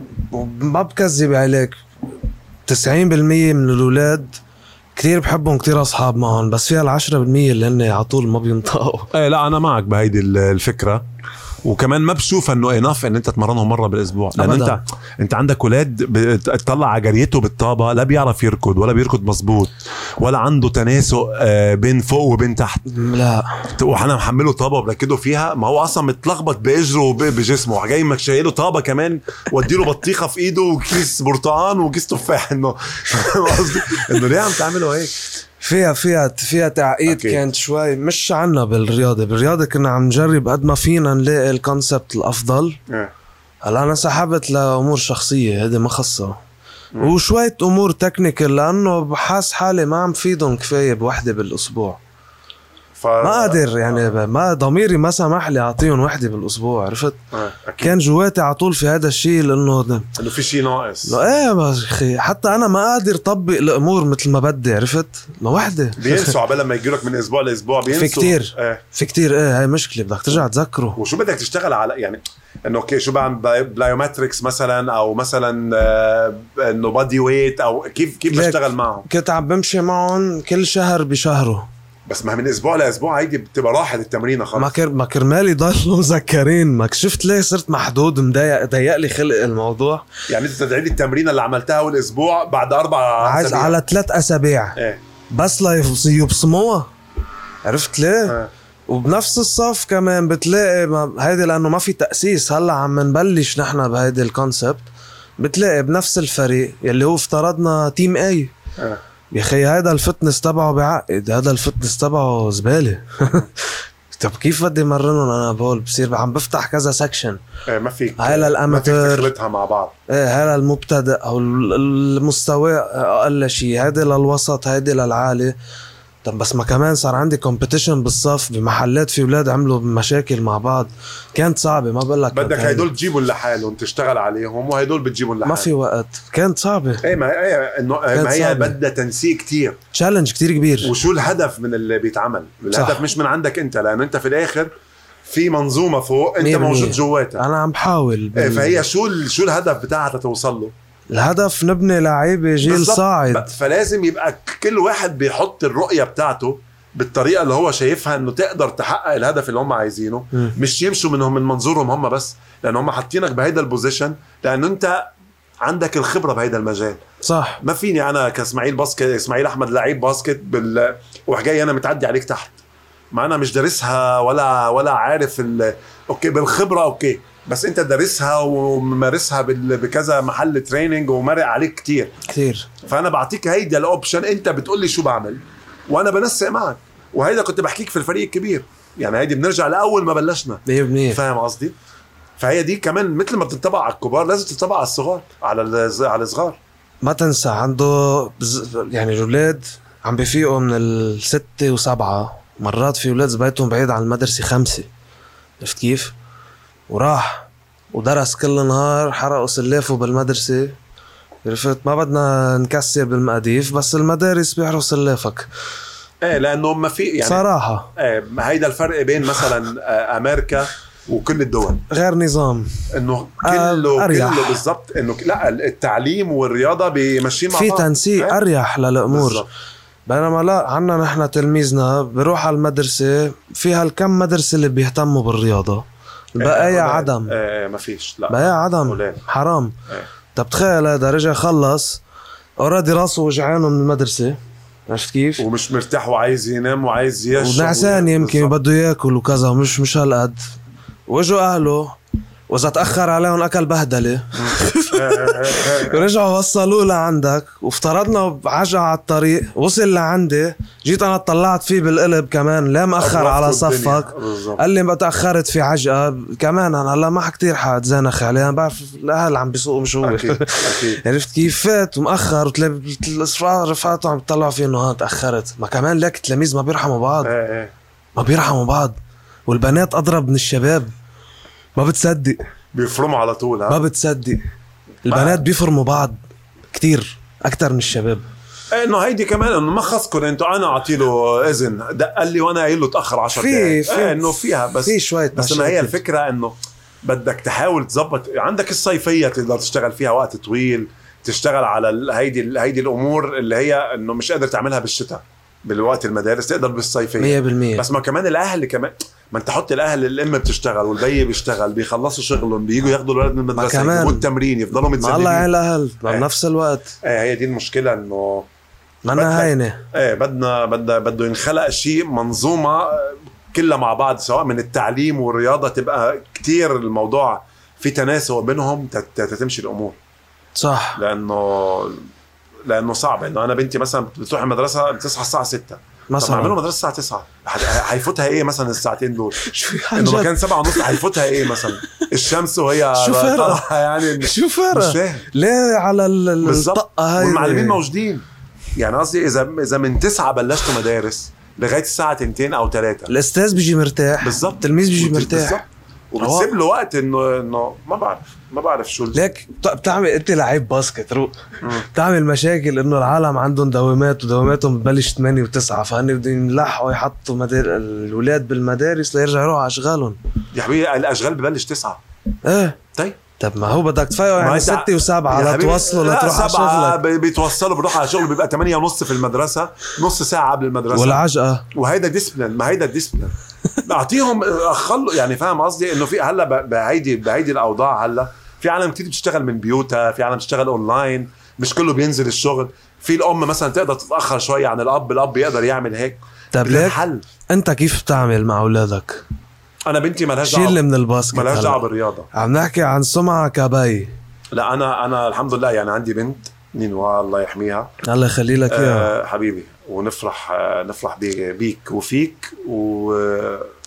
وما بكذب عليك تسعين بالمية من الاولاد كتير بحبهم كتير اصحاب معهم، بس فيها العشرة بالمية اللي هن على طول ما بينطقوا. ايه لا انا معك بهيدي الفكره، وكمان ما بشوف انه اناف ان انت تمرنهم مره بالاسبوع، لان أبداً. انت انت عندك اولاد بتطلع على جريته بالطابه لا بيعرف يركض ولا بيركض مزبوط ولا عنده تناسق آه، بين فوق وبين تحت، لا وحنا محمله طابه وبركده فيها، ما هو اصلا متلخبط باجره وبجسمه، جاي مك شايله طابه كمان وديله بطيخه في ايده وكيس برتقان وكيس تفاح، انه قصدي انه ليه عم تعملوا هيك؟ فيها فيها فيها تعقيد. أوكي. كانت شوي مش عنا بالرياضة. بالرياضة كنا عم نجرب قد ما فينا نلاقي الكونسبت الأفضل. هلا أنا سحبت لأمور شخصية هذه ما خصها، وشوية أمور تكنيكال لأنه بحاس حالي ما عم فيدهم كفاية بوحدة بالأسبوع. ف... ما قادر يعني، ما ضميري ما سمح لي أعطيهم وحدة بالأسبوع عرفت. آه. كان جواتي على طول في هذا الشيء لأنه انه في شيء ناقص. لا ايه بس اخي حتى انا ما قادر طبق الامور مثل ما بدي عرفت. ما وحده بينسوا عبال لما يجيلك من اسبوع لاسبوع بينسوا. في كتير ايه. في كتير ايه هاي مشكله بدك ترجع تذكره. وشو بدك تشتغل على يعني انه اوكي شو بعمل بايومتريكس مثلا او مثلا آه انه بادي ويت او كيف كيف ليك. بشتغل معهم؟ كنت عم بمشي معهم كل شهر بشهره. بس ما من اسبوع لاسبوع هيدي بتبقى راحت التمرينه ما خلص. كر ما كرمالي ضلوا مذكرين. ما شفت ليه صرت محدود مضايق ضيق لي خلق الموضوع. يعني انت تدعي لي التمرينه اللي عملتها اول اسبوع بعد اربع عايز أسابيع. على ثلاث اسابيع ايه بس لا يبصموها عرفت ليه. آه. وبنفس الصف كمان بتلاقي ما هيدي لانه ما في تأسيس. هلا عم نبلش نحن بهيدي الكونسبت. بتلاقي بنفس الفريق يلي هو افترضنا تيم اي آه. يا اخي هذا الفتنس تبعه بعقد، هذا الفتنس تبعه زباله. طب كيف بدي مرنهم انا بول؟ بصير عم بفتح كذا سكشن. ايه ما فيك هاي للاماتير، ما فيك تخلطها مع بعض. ايه هاي للمبتدئ او المستوى اقل شيء، هيدي للوسط، هيدي للعالي. طب بس ما كمان صار عندي كومبيتيشن بالصف بمحلات، في ولاد عملوا مشاكل مع بعض، كانت صعبة. ما بقول لك بدك هيدول تجيبوا لحالهم تشتغل عليهم، وهيدول بتجيبوا لحالهم. ما في وقت، كانت صعبة. ايه ما ايه انه ما هي بدها تنسيق كتير، تشالنج كتير كبير. وشو الهدف من اللي بيتعمل؟ الهدف صح. مش من عندك انت، لان انت في الاخر في منظومة فوق انت موجود جواتها. انا عم بحاول بال... ايه فهي شو ال... شو الهدف بتاعها تتوصل له؟ الهدف نبني لعيبة جيل بالزبط. صاعد. فلازم يبقى كل واحد بيحط الرؤية بتاعته بالطريقة اللي هو شايفها انه تقدر تحقق الهدف اللي هم عايزينه. م. مش يمشوا منهم من منظورهم هم بس، لان هم حاطينك بهيدا البوزيشن لان انت عندك الخبرة بهيدا المجال. صح. ما فيني انا كاسماعيل باسكت، اسماعيل احمد لعيب باسكت بال... وحجاي انا متعدي عليك تحت، ما انا مش دارسها ولا ولا عارف ال... اوكي بالخبرة اوكي، بس انت دارسها وممارسها بكذا محل تريننج ومرق عليك كتير كتير. فانا بعطيك هيدا الاوبشن، انت بتقول لي شو بعمل وانا بنسق معك. وهيدا كنت بحكيك في الفريق الكبير، يعني هيدي بنرجع لاول ما بلشنا. فاهم قصدي؟ فهي دي كمان مثل ما بتطبق على الكبار لازم تطبق على الصغار، على على الصغار. ما تنسى عنده بز... يعني الولاد عم بيفيقوا من الستة وسبعة، مرات في ولاد زبايتهم بعيد عن المدرسة خمسة، عرفت كيف؟ وراح ودرس كل نهار، حرقوا سلافه بالمدرسة، عرفت؟ ما بدنا نكسر بالمقاديف، بس المدارس بيحرقوا سلافك. ايه لانه ما في يعني صراحة ايه هيدا الفرق بين مثلا امريكا وكل الدول، غير نظام انه كله أريح. كله بالضبط، انه لا التعليم والرياضة بيمشين مع بعض، في تنسيق ايه؟ اريح للامور بالزبط. بينما لا عنا نحن تلميذنا بروح على المدرسة فيها الكم مدرسة اللي بيهتموا بالرياضة، بقايا ايه عدم. ايه ما فيش، لا بقايا عدم ولين. حرام. ايه. طب تخيل هذا رجع خلص اوريدي راسه وجعانه من المدرسة، عرفت كيف؟ ومش مرتاح وعايز ينام وعايز يشرب ونعسان يمكن بده ياكل وكذا، مش مش هالقد. واجوا اهله واذا تاخر عليهم اكل بهدله ورجعوا وصلوا لعندك، وافترضنا بعجقة على الطريق وصل لعندي، جيت انا طلعت فيه بالقلب كمان، لا مأخر على صفك، قال لي ما تأخرت في عجقة كمان. انا هلا ما كتير حاتزانخ عليه، انا بعرف الاهل عم بيسوقوا مش هو. عرفت كيف؟ فات ومأخر وتلاقي رفقاته عم بيطلعوا فيه انه ها تأخرت. ما كمان لك تلاميذ ما بيرحموا بعض، ما بيرحموا بعض، والبنات اضرب من الشباب، ما بتصدق بيفرموا على طول. ها ما بتصدق البنات بيفرموا بعض كتير اكتر من الشباب. انه هيدي كمان انه ما خصكم انتوا، انا اعطيله اذن دق قال لي وانا قايل له تاخر عشر دقائق، في انه فيها بس في شويه، بس ما هي الفكره انه بدك تحاول تظبط. عندك الصيفيه تقدر تشتغل فيها وقت طويل، تشتغل على هيدي هيدي الامور اللي هي انه مش قادر تعملها بالشتاء بالوقت المدارس، تقدر بالصيفيه مية بالمية. بس ما كمان الاهل كمان، ما انت حط الاهل، الام بتشتغل والبي بيشتغل، بيخلصوا شغلهم بييجوا ياخذوا الولد من المدرسه يجيبوا التمرين يفضلوا متذبذبين. الله يعين الاهل بنفس الوقت. ايه هي دي المشكله، انه ما هينه. ايه بدنا بدنا بده ينخلق شيء منظومه كلها مع بعض، سواء من التعليم والرياضه، تبقى كتير الموضوع في تناسق بينهم تتمشي الامور. صح. لانه لانه صعب، انه انا بنتي مثلا بتروح المدرسه بتصحى الساعه ستة مثلا، اعملوا مدرسه الساعه تسعة، هيفوتها ايه مثلا الساعتين دول؟ انه مكان سبعة ونص هيفوتها ايه مثلا؟ الشمس وهي طالعه يعني شو فرق؟ ليه على الطقه هاي؟ والمعلمين موجودين، يعني قصدي اذا اذا من تسعة بلشتوا مدارس لغايه الساعه تنتين او ثلاثة، الاستاذ بيجي مرتاح بالضبط، التلميذ بيجي مرتاح، وبتسيب له وقت انه انه ما بعرف ما بعرف شو ليك بتعمل. انت لعيب باسكت روق، بتعمل مشاكل انه العالم عندهم دوامات ودواماتهم بتبلش ثمانية وتسعة، فهن بدهم يلحقوا يحطوا مدار... الولاد بالمدارس ليرجعوا يروحوا على اشغالهم. يا حبيبي الاشغال ببلش تسعة. ايه طيب طب ما هو بدك تفايقوا يعني ستة وسبعة لتوصلوا لتروح على شغلك. بيتوصلوا بروح على شغل بيبقى ثمانية ونص في المدرسة، نص ساعة قبل المدرسة والعجقة، وهيدا ديسبلين. ما هيدا الديسبلين اعطيهم خلوا، يعني فاهم قصدي؟ انه في هلا بهيدي بهيدي الاوضاع، هلا في عالم كتير بتشتغل من بيوتها، في عالم بتشتغل اونلاين، مش كله بينزل الشغل. في الام مثلا تقدر تتاخر شويه عن الاب، الاب يقدر يعمل هيك. طب ليك انت كيف بتعمل مع اولادك؟ انا بنتي مالهاش دعوه، شيل من الباسكت، مالهاش دعوه بالرياضه. عم نحكي عن سمعة كبي. لا انا انا الحمد لله يعني عندي بنت نينوى الله يحميها، الله يخلي لك اياها. آه حبيبي، ونفرح آه نفرح بيك وفيك و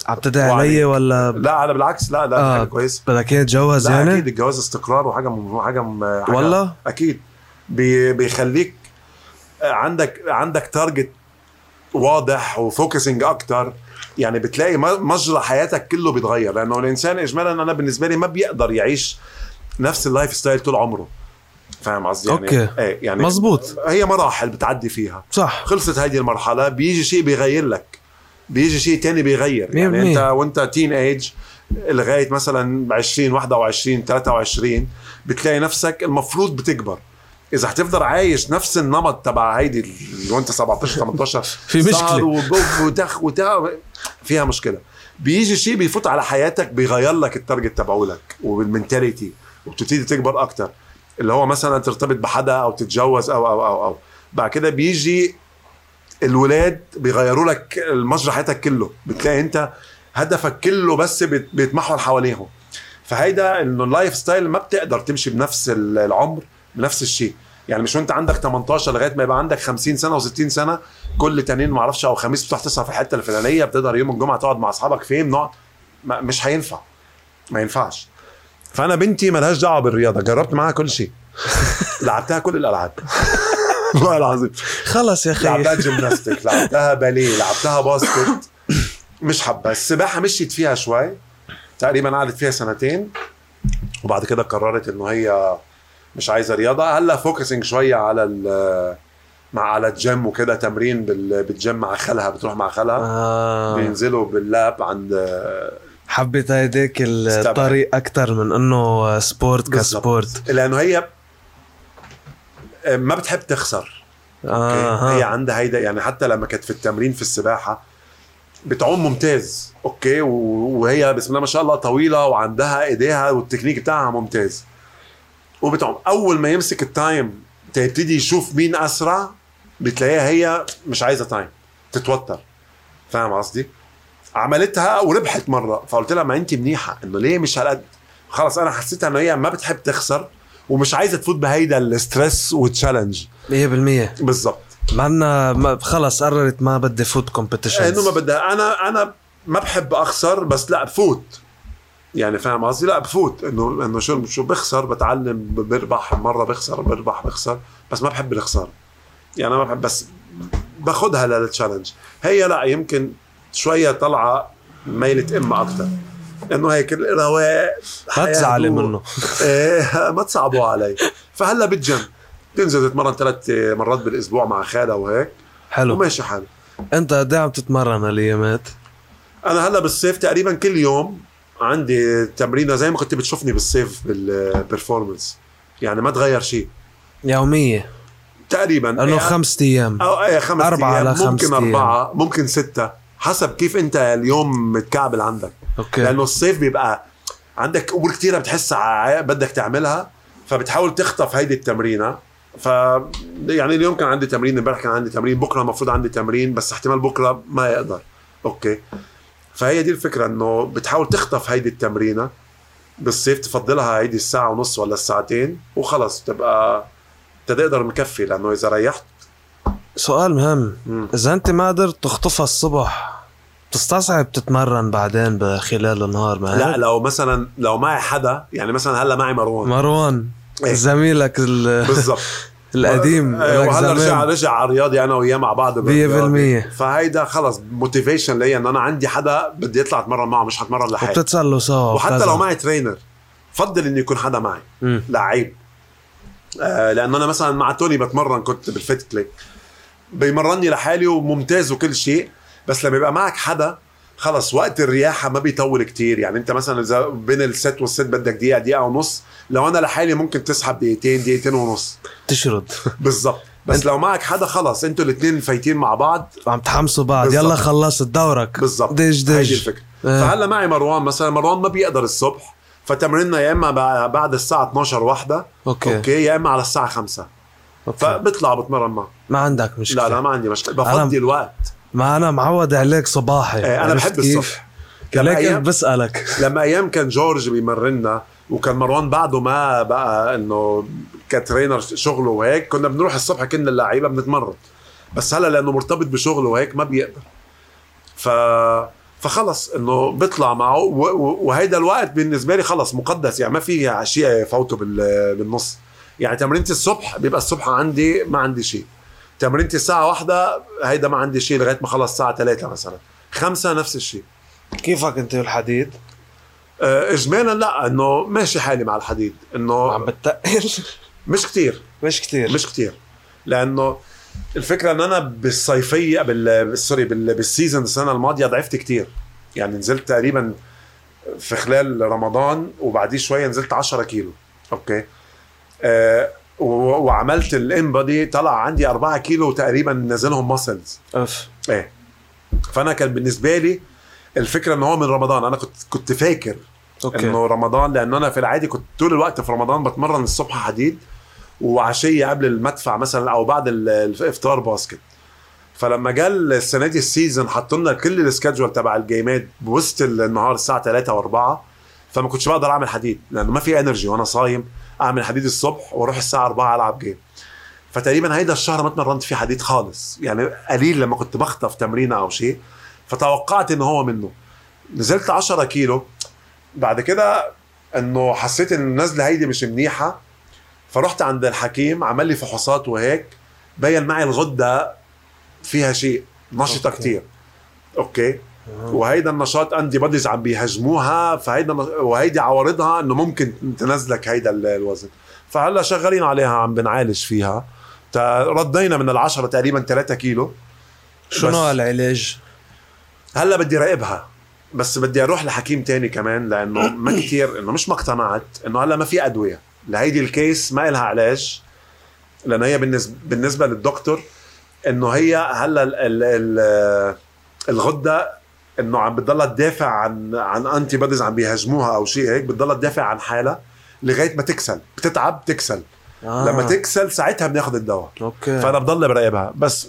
عم تدعي علي ولا ب... لا انا بالعكس، لا لا آه حاجه كويس. بدك تتجوز لا يعني؟ اكيد الجواز استقرار وحاجه م... حاجه, م... حاجة والله اكيد بي... بيخليك عندك عندك تارجت واضح وفوكسنج اكتر. يعني بتلاقي مجرى حياتك كله بيتغير، لانه الانسان اجمالا انا بالنسبه لي ما بيقدر يعيش نفس اللايف ستايل طول عمره. فاهم قصدي؟ يعني اوكي ايه يعني مزبوط، هي مراحل بتعدي فيها. صح. خلصت هذه المرحله بيجي شيء بيغير لك، بيجي شيء تاني بيغير. يعني انت وانت تين ايج لغايه مثلا عشرين واحد وعشرين ثلاثة وعشرين بتلاقي نفسك المفروض بتكبر. اذا هتفضل عايش نفس النمط تبع هيدي اللي وانت سبعتاشر ثمانية عشر في مشكله وبوف ودخ وتا فيها مشكله. بيجي شيء بيفوت على حياتك بيغير لك التارجت تبعولك وبالمنتاليتي، وبتبتدي تكبر اكتر، اللي هو مثلا ترتبط بحدا او تتجوز او او او او بعد كده بيجي الولاد بيغيروا لك المجرى حياتك كله. بتلاقي انت هدفك كله بس بيتمحور حواليهم. فهيدا انه اللايف ستايل ما بتقدر تمشي بنفس العمر بنفس الشيء. يعني مش وانت عندك تمنتاشر لغايه ما يبقى عندك خمسين سنه وستين سنه كل تانين ما اعرفش او خميس بتروح تسهر في الحته الفلانيه، بتقدر يوم الجمعه تقعد مع اصحابك فين نقعد. مش هينفع، ما ينفعش. فانا بنتي ملهاش دعوه بالرياضه، جربت معاها كل شيء لعبتها كل الالعاب والله العظيم. خلص يا اخي، لعبتها جيمناستيك، لعبتها باليه، لعبتها باسكت. مش حبه. السباحه مشيت فيها شوي تقريبا، قعدت فيها سنتين وبعد كده قررت انه هي مش عايزه رياضه. هلا فوكسنج شويه على مع على الجيم وكده، تمرين بالجيم مع خالها، بتروح مع خالها آه. بينزلوا باللاب عند. حبيت هيديك الطريق اكتر من انه سبورت كسبورت، لانه هي ما بتحب تخسر. آه. هي عندها هيدا، يعني حتى لما كانت في التمرين في السباحه بتعوم ممتاز اوكي، وهي بسم الله ما شاء الله طويله وعندها ايديها والتكنيك بتاعها ممتاز وبتعوم. اول ما يمسك التايم تبتدي يشوف مين اسرع، بتلاقيها هي مش عايزه تايم، تتوتر. فاهم قصدي؟ عملتها وربحت مره، فقلت لها ما انت منيحه، انه ليه مش هالقد. خلاص انا حسيتها انه هي ما بتحب تخسر ومش عايزه تفوت بهيدا الستريس والتشالنج مية بالمية بالضبط. معنا خلص قررت ما بدي فوت كومبيتيشنز، انه ما بدها. انا انا ما بحب اخسر، بس لا بفوت. يعني فاهم قصدي؟ لا بفوت، انه انه شو شو بخسر بتعلم، بربح مره، بخسر بربح بخسر، بس ما بحب الخساره. يعني ما بحب، بس باخدها للتشالنج. هي لا يمكن شويه طلعه ميلة إما أكتر، إنه هيك الرواق ما تزعلي منه إيه ما تصعبوا علي. فهلا بالجيم تنزل تتمرن ثلاث مرات بالأسبوع مع خالة وهيك حلو وماشي حاله. أنت قد ايه عم تتمرن الأيامات؟ أنا هلا بالصيف تقريبا كل يوم عندي تمرينة زي ما كنت بتشوفني بالصيف بالبرفورمانس، يعني ما تغير شيء، يومية تقريبا انه يعني خمسة ايام او ايه خمس أربعة ايام، ممكن اربعة أيام. ممكن ستة، حسب كيف انت اليوم متكعبل عندك. أوكي. لانه الصيف بيبقى عندك امور كتيرة بتحس بدك تعملها، فبتحاول تخطف هيدي التمرينة. ف يعني اليوم كان عندي تمرين، امبارح كان عندي تمرين، بكره المفروض عندي تمرين، بس احتمال بكره ما يقدر. اوكي، فهي دي الفكرة، انه بتحاول تخطف هيدي التمرينة بالصيف، تفضلها هيدي الساعة ونص ولا الساعتين وخلص تبقى تقدر مكفي. لأنه إذا ريحت. سؤال مهم، مم. إذا أنت ما قدرت تخطفها الصبح تستصعب تتمرن بعدين بخلال النهار؟ ما لا لو مثلا لو معي حدا، يعني مثلا هلا معي مروان مروان إيه؟ زميلك بالضبط القديم، وهلا رجع رجع على الرياضي أنا وياه مع بعض مية بالمية. فهيدا خلص موتيفيشن لي إن أنا عندي حدا بدي يطلع أتمرن معه، مش هتمرن لحالي، وبتتسلوا سوا. وحتى وكذا. لو معي ترينر فضل إنه يكون حدا معي لعيب. آه لأنه أنا مثلا مع توني بتمرن، كنت بالفيت كليك بيمرني لحالي وممتاز وكل شيء، بس لما يبقى معك حدا خلص وقت الرياحة ما بيطول كتير. يعني انت مثلا إذا بين الست والست بدك دقيقة دقيقة ونص، لو أنا لحالي ممكن تسحب دقيقتين دقيقتين ونص تشرد بالضبط. بس انت لو معك حدا خلص انتوا الاثنين فايتين مع بعض عم تحمسوا بعض بالزبط. يلا خلصت دورك بالضبط، ديج ديج. هيدي الفكرة. اه. فهلا معي مروان مثلا، مروان ما بيقدر الصبح، فتمريننا يا اما بعد الساعه اثناشر واحدة اوكي, أوكي. يا اما على الساعه خمسة أوكي. فبطلع بتمرن معه. ما عندك مشكله؟ لا لا ما عندي مشكله، بفضي الوقت. ما انا معود عليك صباحي. ايه انا بحب الصبح. لما ايام بسالك لما ايام كان جورج بيمرنا وكان مروان بعده ما بقى انه كترينر شغله وهيك، كنا بنروح الصبح كنا اللعيبه بنتمرن، بس هلا لانه مرتبط بشغله وهيك ما بيقدر. ف فخلص انه بيطلع معه و- و- وهيدا الوقت بالنسبه لي خلص مقدس، يعني ما في شيء يفوته بال- بالنص. يعني تمرينتي الصبح بيبقى الصبح عندي ما عندي شيء، تمرينتي الساعه واحدة هيدا ما عندي شيء لغايه ما خلص الساعه ثلاثة مثلا، خمسة نفس الشيء. كيفك انت والحديد؟ آه، اجمالا لا انه ماشي حالي مع الحديد، انه عم بتقل؟ مش كتير مش كتير. مش كتير لانه الفكره ان انا بالصيفيه بال سوري بال... بالسيزون السنه الماضيه ضعفت كتير. يعني نزلت تقريبا في خلال رمضان وبعديه شويه نزلت عشرة كيلو. اوكي آه و... وعملت الانبادي طلع عندي أربعة كيلو تقريبا نزلهم ماسلز. اف ايه فانا كان بالنسبه لي الفكره ان هو من رمضان، انا كنت كنت فاكر اوكي انه رمضان، لانه انا في العادي كنت طول الوقت في رمضان بتمرن الصبح حديد وعشيه قبل المدفع مثلا او بعد ال- الافطار باسكت. فلما جاء السنه دي السيزون حطوا لنا كل السكادجول تبع الجيمات بوسط النهار الساعه ثلاثة و4، فما كنتش بقدر اعمل حديد لانه ما في انرجي وانا صايم اعمل حديد الصبح واروح الساعه أربعة العب جيم. فتقريبا هيدا الشهر ما تمرنت فيه حديد خالص، يعني قليل لما كنت بخطف تمرينه او شيء، فتوقعت انه هو منه. نزلت عشرة كيلو بعد كده، انه حسيت ان النزله هيدي مش منيحه، فرحت عند الحكيم عمل لي فحوصات وهيك بين معي الغده فيها شيء نشطه أوكي. كتير. اوكي وهيدا النشاط اندي بوديز عم بيهاجموها، فهيدا وهيدي عوارضها انه ممكن تنزلك هيدا ال- الوزن. فهلا شغالين عليها عم بنعالج فيها، تا- ردينا من العشرة تقريبا ثلاثة كيلو. شنو بس العلاج؟ هلا بدي راقبها، بس بدي اروح لحكيم تاني كمان لانه ما كتير انه مش ما اقتنعت انه هلا ما في ادويه لهيدي الكيس، ما إلها علاج، لان هي بالنسبه بالنسبه للدكتور انه هي هلا ال ال ال الغده انه عم بتضلها تدافع عن عن انتي بوديز عم بيهاجموها او شيء هيك، بتضلها تدافع عن حالها لغايه ما تكسل، بتتعب تكسل. آه. لما تكسل ساعتها بناخذ الدواء. اوكي فانا بضل براقبها، بس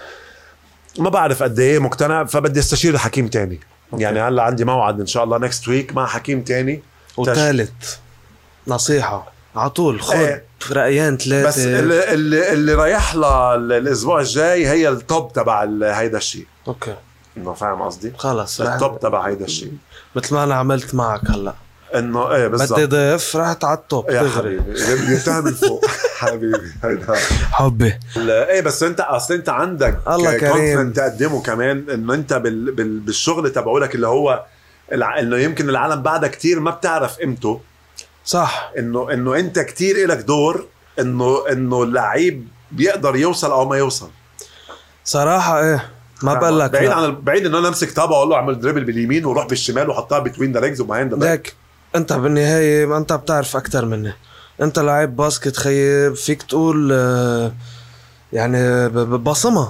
ما بعرف قد ايه مقتنع، فبدي استشير حكيم تاني. أوكي. يعني هلا عندي موعد ان شاء الله نكست ويك مع حكيم تاني. وثالث نصيحة عطول خد إيه. رأيين ثلاثة. بس اللي, اللي, اللي رايح لها الاسبوع الجاي هي التوب تبع ال- هيدا الشيء، اوكي انه فاهم قصدي؟ خلص رح- التوب تبع هيدا الشيء مثل ما انا عملت معك هلا، انه ايه بدي بالضبط. ضيف رحت على التوب يا دغري. حبيبي جبتها من فوق حبيبي هيدا حبي ال- ايه بس انت اصل انت عندك الله كريم. content تقدمه كمان، انه انت بال بال بالشغل تبعولك اللي هو الع... انه يمكن العالم بعدها كتير ما بتعرف قيمته، صح. انه انه انت كتير إلك دور انه انه اللعيب بيقدر يوصل او ما يوصل. صراحة ايه ما بقول لك بعيد لا. عن ال- بعيد انه انا امسك طابه واقول له اعمل دريبل باليمين وروح بالشمال وحطها بتوين ذا ليجز وبهايند ذا باك. ليك انت بالنهاية ما انت بتعرف اكتر مني، انت لاعب باسكت خيي، فيك تقول آه، يعني ب- ب- بصمة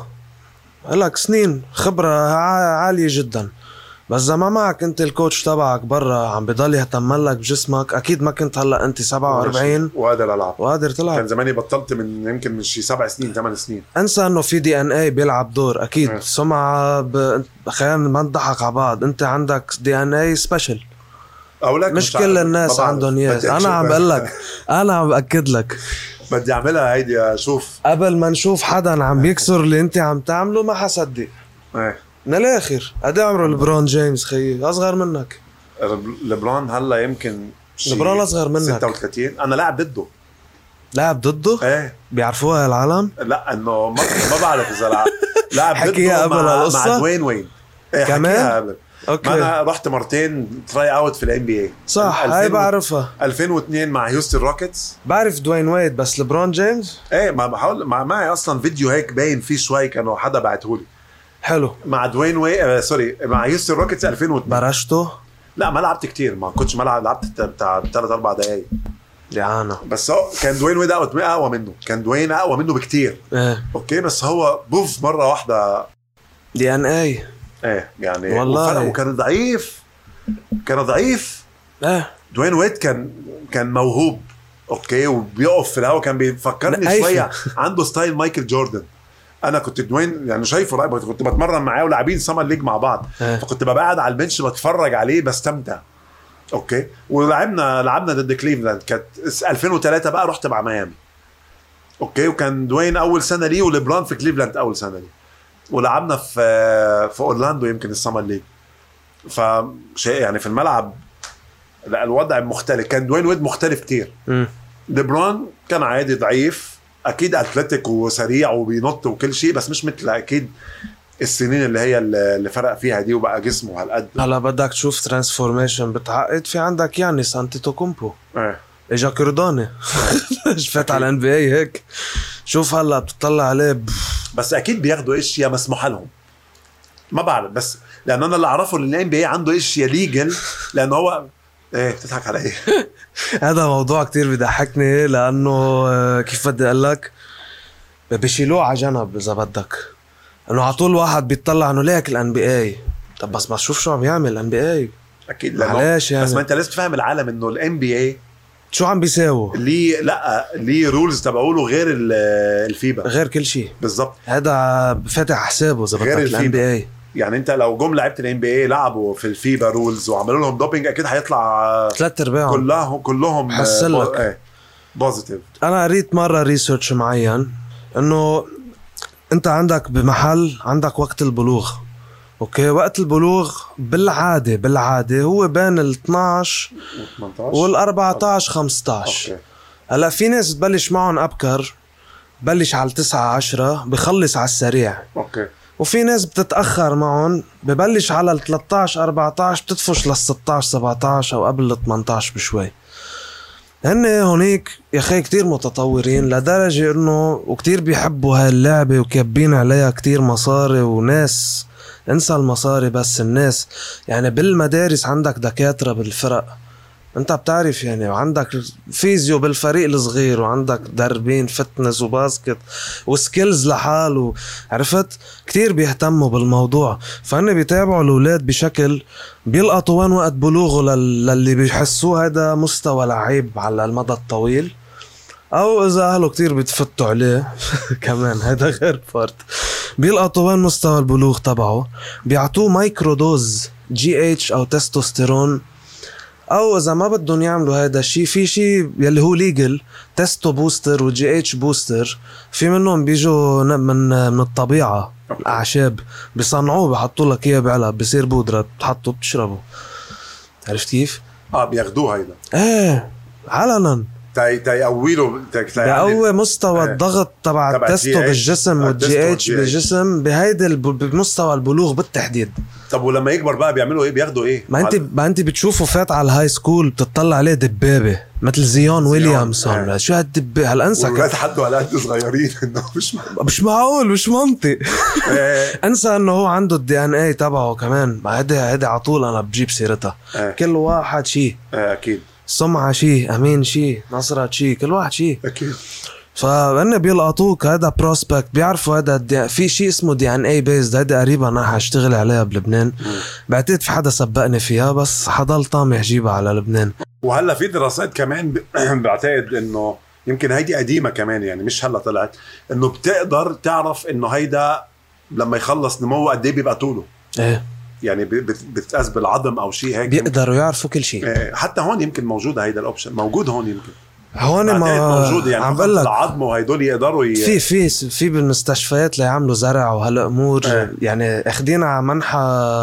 لك سنين خبرة ع- عالية جدا، بس اذا ما معك انت الكوتش تبعك برا عم بضل يهتم لك بجسمك، اكيد ما كنت هلا انت سبعة وأربعين وقادر العب. وقادر كان تلعب. زماني بطلت من يمكن من شي سبع سنين ثمان سنين. انسى انه في دي ان اي بيلعب دور، اكيد اه. سمعة ب... خلينا ما نضحك على بعض، انت عندك دي ان اي سبيشل، او لك مش كل الناس عندهم اياه. انا عم بقول لك انا عم باكد لك بدي اعملها هيدي اشوف. قبل ما نشوف حدا عم بيكسر اللي انت عم تعمله ما حصدق. ايه من الاخر قد إيه عمره لبرون جيمس خيي؟ اصغر منك. لبران هلا يمكن شي لبران اصغر منك. ستة وثلاثين. انا لاعب ضده. لاعب ضده؟ ايه بيعرفوها العالم؟ لا انه ما, ما بعرف اذا لعب لاعب حكيها ضده قبل مع, القصة؟ مع دوين وين. ايه كمان؟ حكيها قبل. ما اوكي انا رحت مرتين تراي اوت في الان بي اي. صح هاي بعرفها. ألفين واثنين مع هيوستن روكيتس. بعرف دوين ويد، بس لبرون جيمس ايه ما بحاول مع معي اصلا فيديو هيك باين فيه شوي كانوا حدا بعتهولي حلو. مع دوين وي آه سوري مع هيوستن روكيتس ألفين واثنين. برشته لا ما لعبت كتير، ما كنتش ملعب، لعبت بتاع ثلاث اربع دقايق لعانة. بس. هو كان دوين ويد اقوى اقوى منه، كان دوين اقوى منه بكتير. ايه اوكي بس هو بوف مره واحده. دي ان اي ايه يعني والله. وفرق وكان ضعيف، كان ضعيف. ايه دوين ويد كان كان موهوب. اوكي وبيقف في الهواء، كان بيفكرني نقايفة. شويه عنده ستايل مايكل جوردن. انا كنت دوين يعني شايفه رأي، كنت بتمرن معاه ولاعبين سمر ليج مع بعض. إيه. فكنت ببقى قاعد على البنش بتفرج عليه بستمتع. اوكي ولعبنا لعبنا ضد كليفلاند، كانت ألفين وثلاثة بقى رحت مع ميامي. اوكي وكان دوين اول سنه ليه وليبران في كليفلاند اول سنه ليه، ولعبنا في في اورلاندو يمكن السمر ليج. فشيء يعني في الملعب لا الوضع مختلف. كان دوين ويد مختلف كتير. ليبرون كان عادي ضعيف اكيد اتلتيك وسريع وبينط وكل شيء بس مش مثل اكيد السنين اللي هي اللي فرق فيها دي وبقى جسمه هالقد. هلا بدك تشوف ترانسفورميشن بتعقد في عندك يانيس انتيتوكومبو ايه اجا كرداني فات على الان بي اي هيك. شوف هلا بتطلع عليه ب... بس اكيد بياخدوا اشياء مسموح لهم ما بعرف بس لان انا اللي اعرفه ان الان بي اي عنده اشياء ليجل لانه هو ايه بتضحك على ايه هذا موضوع كتير بيضحكني لانه كيف بدي اقول لك بيشيلوه على جنب اذا بدك انه على طول واحد بيطلع انه ليك الان بي اي. طب بس ما تشوف شو عم يعمل الان بي اي اكيد معلش يعني. بس ما انت لازم تفهم العالم انه الان بي اي شو عم بيساووا ليه لا ليه رولز تبعوله غير الفيبا غير كل شيء بالضبط. هذا فاتح حسابه اذا بدك الان بي اي. يعني انت لو جم لعبت الان بي اي لعبوا في الفيبا رولز وعملوا لهم دوبينج اكيد هيطلع ثلاث ارباعهم كلهم كلهم حسلك ايه بوزيتيف. انا قريت مره ريسيرش معين انه انت عندك بمحل عندك وقت البلوغ اوكي. وقت البلوغ بالعاده بالعاده هو بين ال اثناشر وال أربعتاشر خمستاشر. هلا في ناس ببلش معهم ابكر ببلش على التسعة عشرة بخلص على السريع اوكي. وفي ناس بتتاخر معهم ببلش على ال ثلاثطعش أربعتاشر بتدفش لل ستطعش سبعتاشر او قبل ال ثمنطعش بشوي. هن هونيك يا اخي كتير متطورين لدرجة انه وكتير بيحبوا هاي اللعبة وكابين عليها كتير مصاري وناس. انسى المصاري بس الناس يعني بالمدارس عندك دكاترة بالفرق انت بتعرف يعني وعندك فيزيو بالفريق الصغير وعندك دربين فتنس وباسكت وسكيلز لحال عرفت كتير بيهتموا بالموضوع. فهن بيتابعوا الأولاد بشكل بيلقطوا وين وقت بلوغه للي بيحسوه هذا مستوى لعيب على المدى الطويل او اذا اهله كتير بتفتوا عليه كمان هذا غير بارت. بيلقطوا وين مستوى البلوغ تبعه بيعطوه مايكرو دوز جي اتش او تستوستيرون او اذا ما بدهم يعملوا هذا الشيء في شيء يلي هو ليجل تستو بوستر وجي اتش بوستر. في منهم بيجوا من من الطبيعه اعشاب بيصنعوه بحطوا لك اياه بعلب بصير بودره بتحطه بتشربه. عرفت كيف؟ اه بياخدوه هيدا ايه علنا تاي تاي أولو بقوي مستوى اه الضغط تبع التستو بالجسم والجي اتش بالجسم بهيدا بمستوى البلوغ بالتحديد. طب ولما يكبر بقى بيعملوا ايه بياخدوا ايه؟ ما انت ما انت بتشوفه فات على الهاي سكول بتطلع عليه دبابه مثل زيون ويليامسون اه. شو هالدبابه هالانسى والولاد حدوا على قد صغيرين انه مش معقول مش معقول مش منطق انسى انه هو عنده الدي ان اي تبعه كمان. ما هيدا هيدا على طول انا بجيب سيرتها اه. كل واحد شيء اه اكيد سمعة شيء أمين شيء نصرة شيء كل واحد شيء أكيد. فأنا بيلقطوك هذا بروسبكت بيعرفوا هذا دي... في شيء اسمه دي ان اي بيز هذا قريبا أنا هشتغل عليها بلبنان. بعتقد في حدا سبقني فيها بس حضل طامح جيبها على لبنان. وهلا في دراسات كمان ب... بعتقد إنه يمكن هيدي قديمة كمان يعني مش هلا طلعت إنه بتقدر تعرف إنه هيدا لما يخلص نموه قد إيه بيبقى طوله. إيه يعني بتقاس بالعظم او شيء هيك بيقدروا يعرفوا كل شيء. حتى هون يمكن موجوده هيدا الاوبشن موجود هون يمكن هون ما موجود يعني عم بقول لك العظم وهيدول يقدروا ي... في في في بالمستشفيات اللي يعملوا زرع وهالامور اه. يعني اخذينا على منحى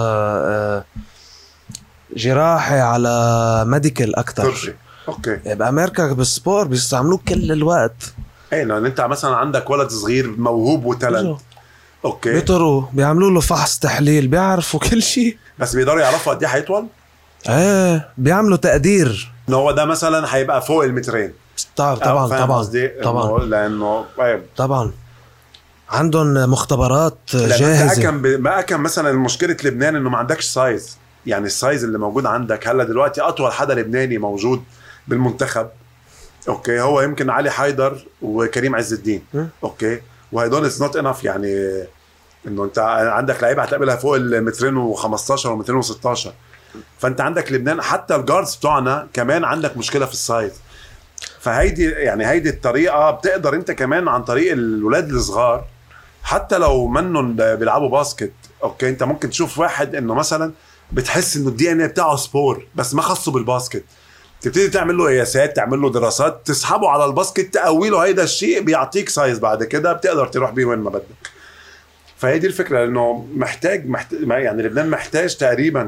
جراحي على ميديكال اكثر اوكي بامريكا بالسبور بيستعملوه كل الوقت. ايه لان انت مثلا عندك ولد صغير موهوب وتالنت اوكي بيطروا بيعملوا له فحص تحليل بيعرفوا كل شيء بس بيقدروا يعرفوا قد ايه حيطول. ايه بيعملوا تقدير انه هو ده مثلا هيبقى فوق المترين. طبعا طبعا طبعا طبعا لانه طبعا عندهم مختبرات جاهزه. ما أكن مثلا مشكله لبنان انه ما عندكش سايز يعني السايز اللي موجود عندك هلا دلوقتي اطول حدا لبناني موجود بالمنتخب اوكي هو يمكن علي حيدر وكريم عز الدين م? اوكي وهيدول اتس نوت انف يعني انه انت عندك لعيبه هتقابلها فوق المترين وخمستاشر ومترين وستاشر. فانت عندك لبنان حتى الجاردز بتوعنا كمان عندك مشكله في السايز. فهيدي يعني هيدي الطريقه بتقدر انت كمان عن طريق الولاد الصغار حتى لو منهم بيلعبوا باسكت اوكي انت ممكن تشوف واحد انه مثلا بتحس انه الدي ان اي بتاعه سبور بس ما خصه بالباسكت تبتدي تعمل له قياسات تعمل له دراسات تسحبه على الباسكت تقوي له هيدا الشيء بيعطيك سايز بعد كده بتقدر تروح بيه وين ما بدك. فهي دي الفكره انه محتاج, محتاج يعني لبنان محتاج تقريبا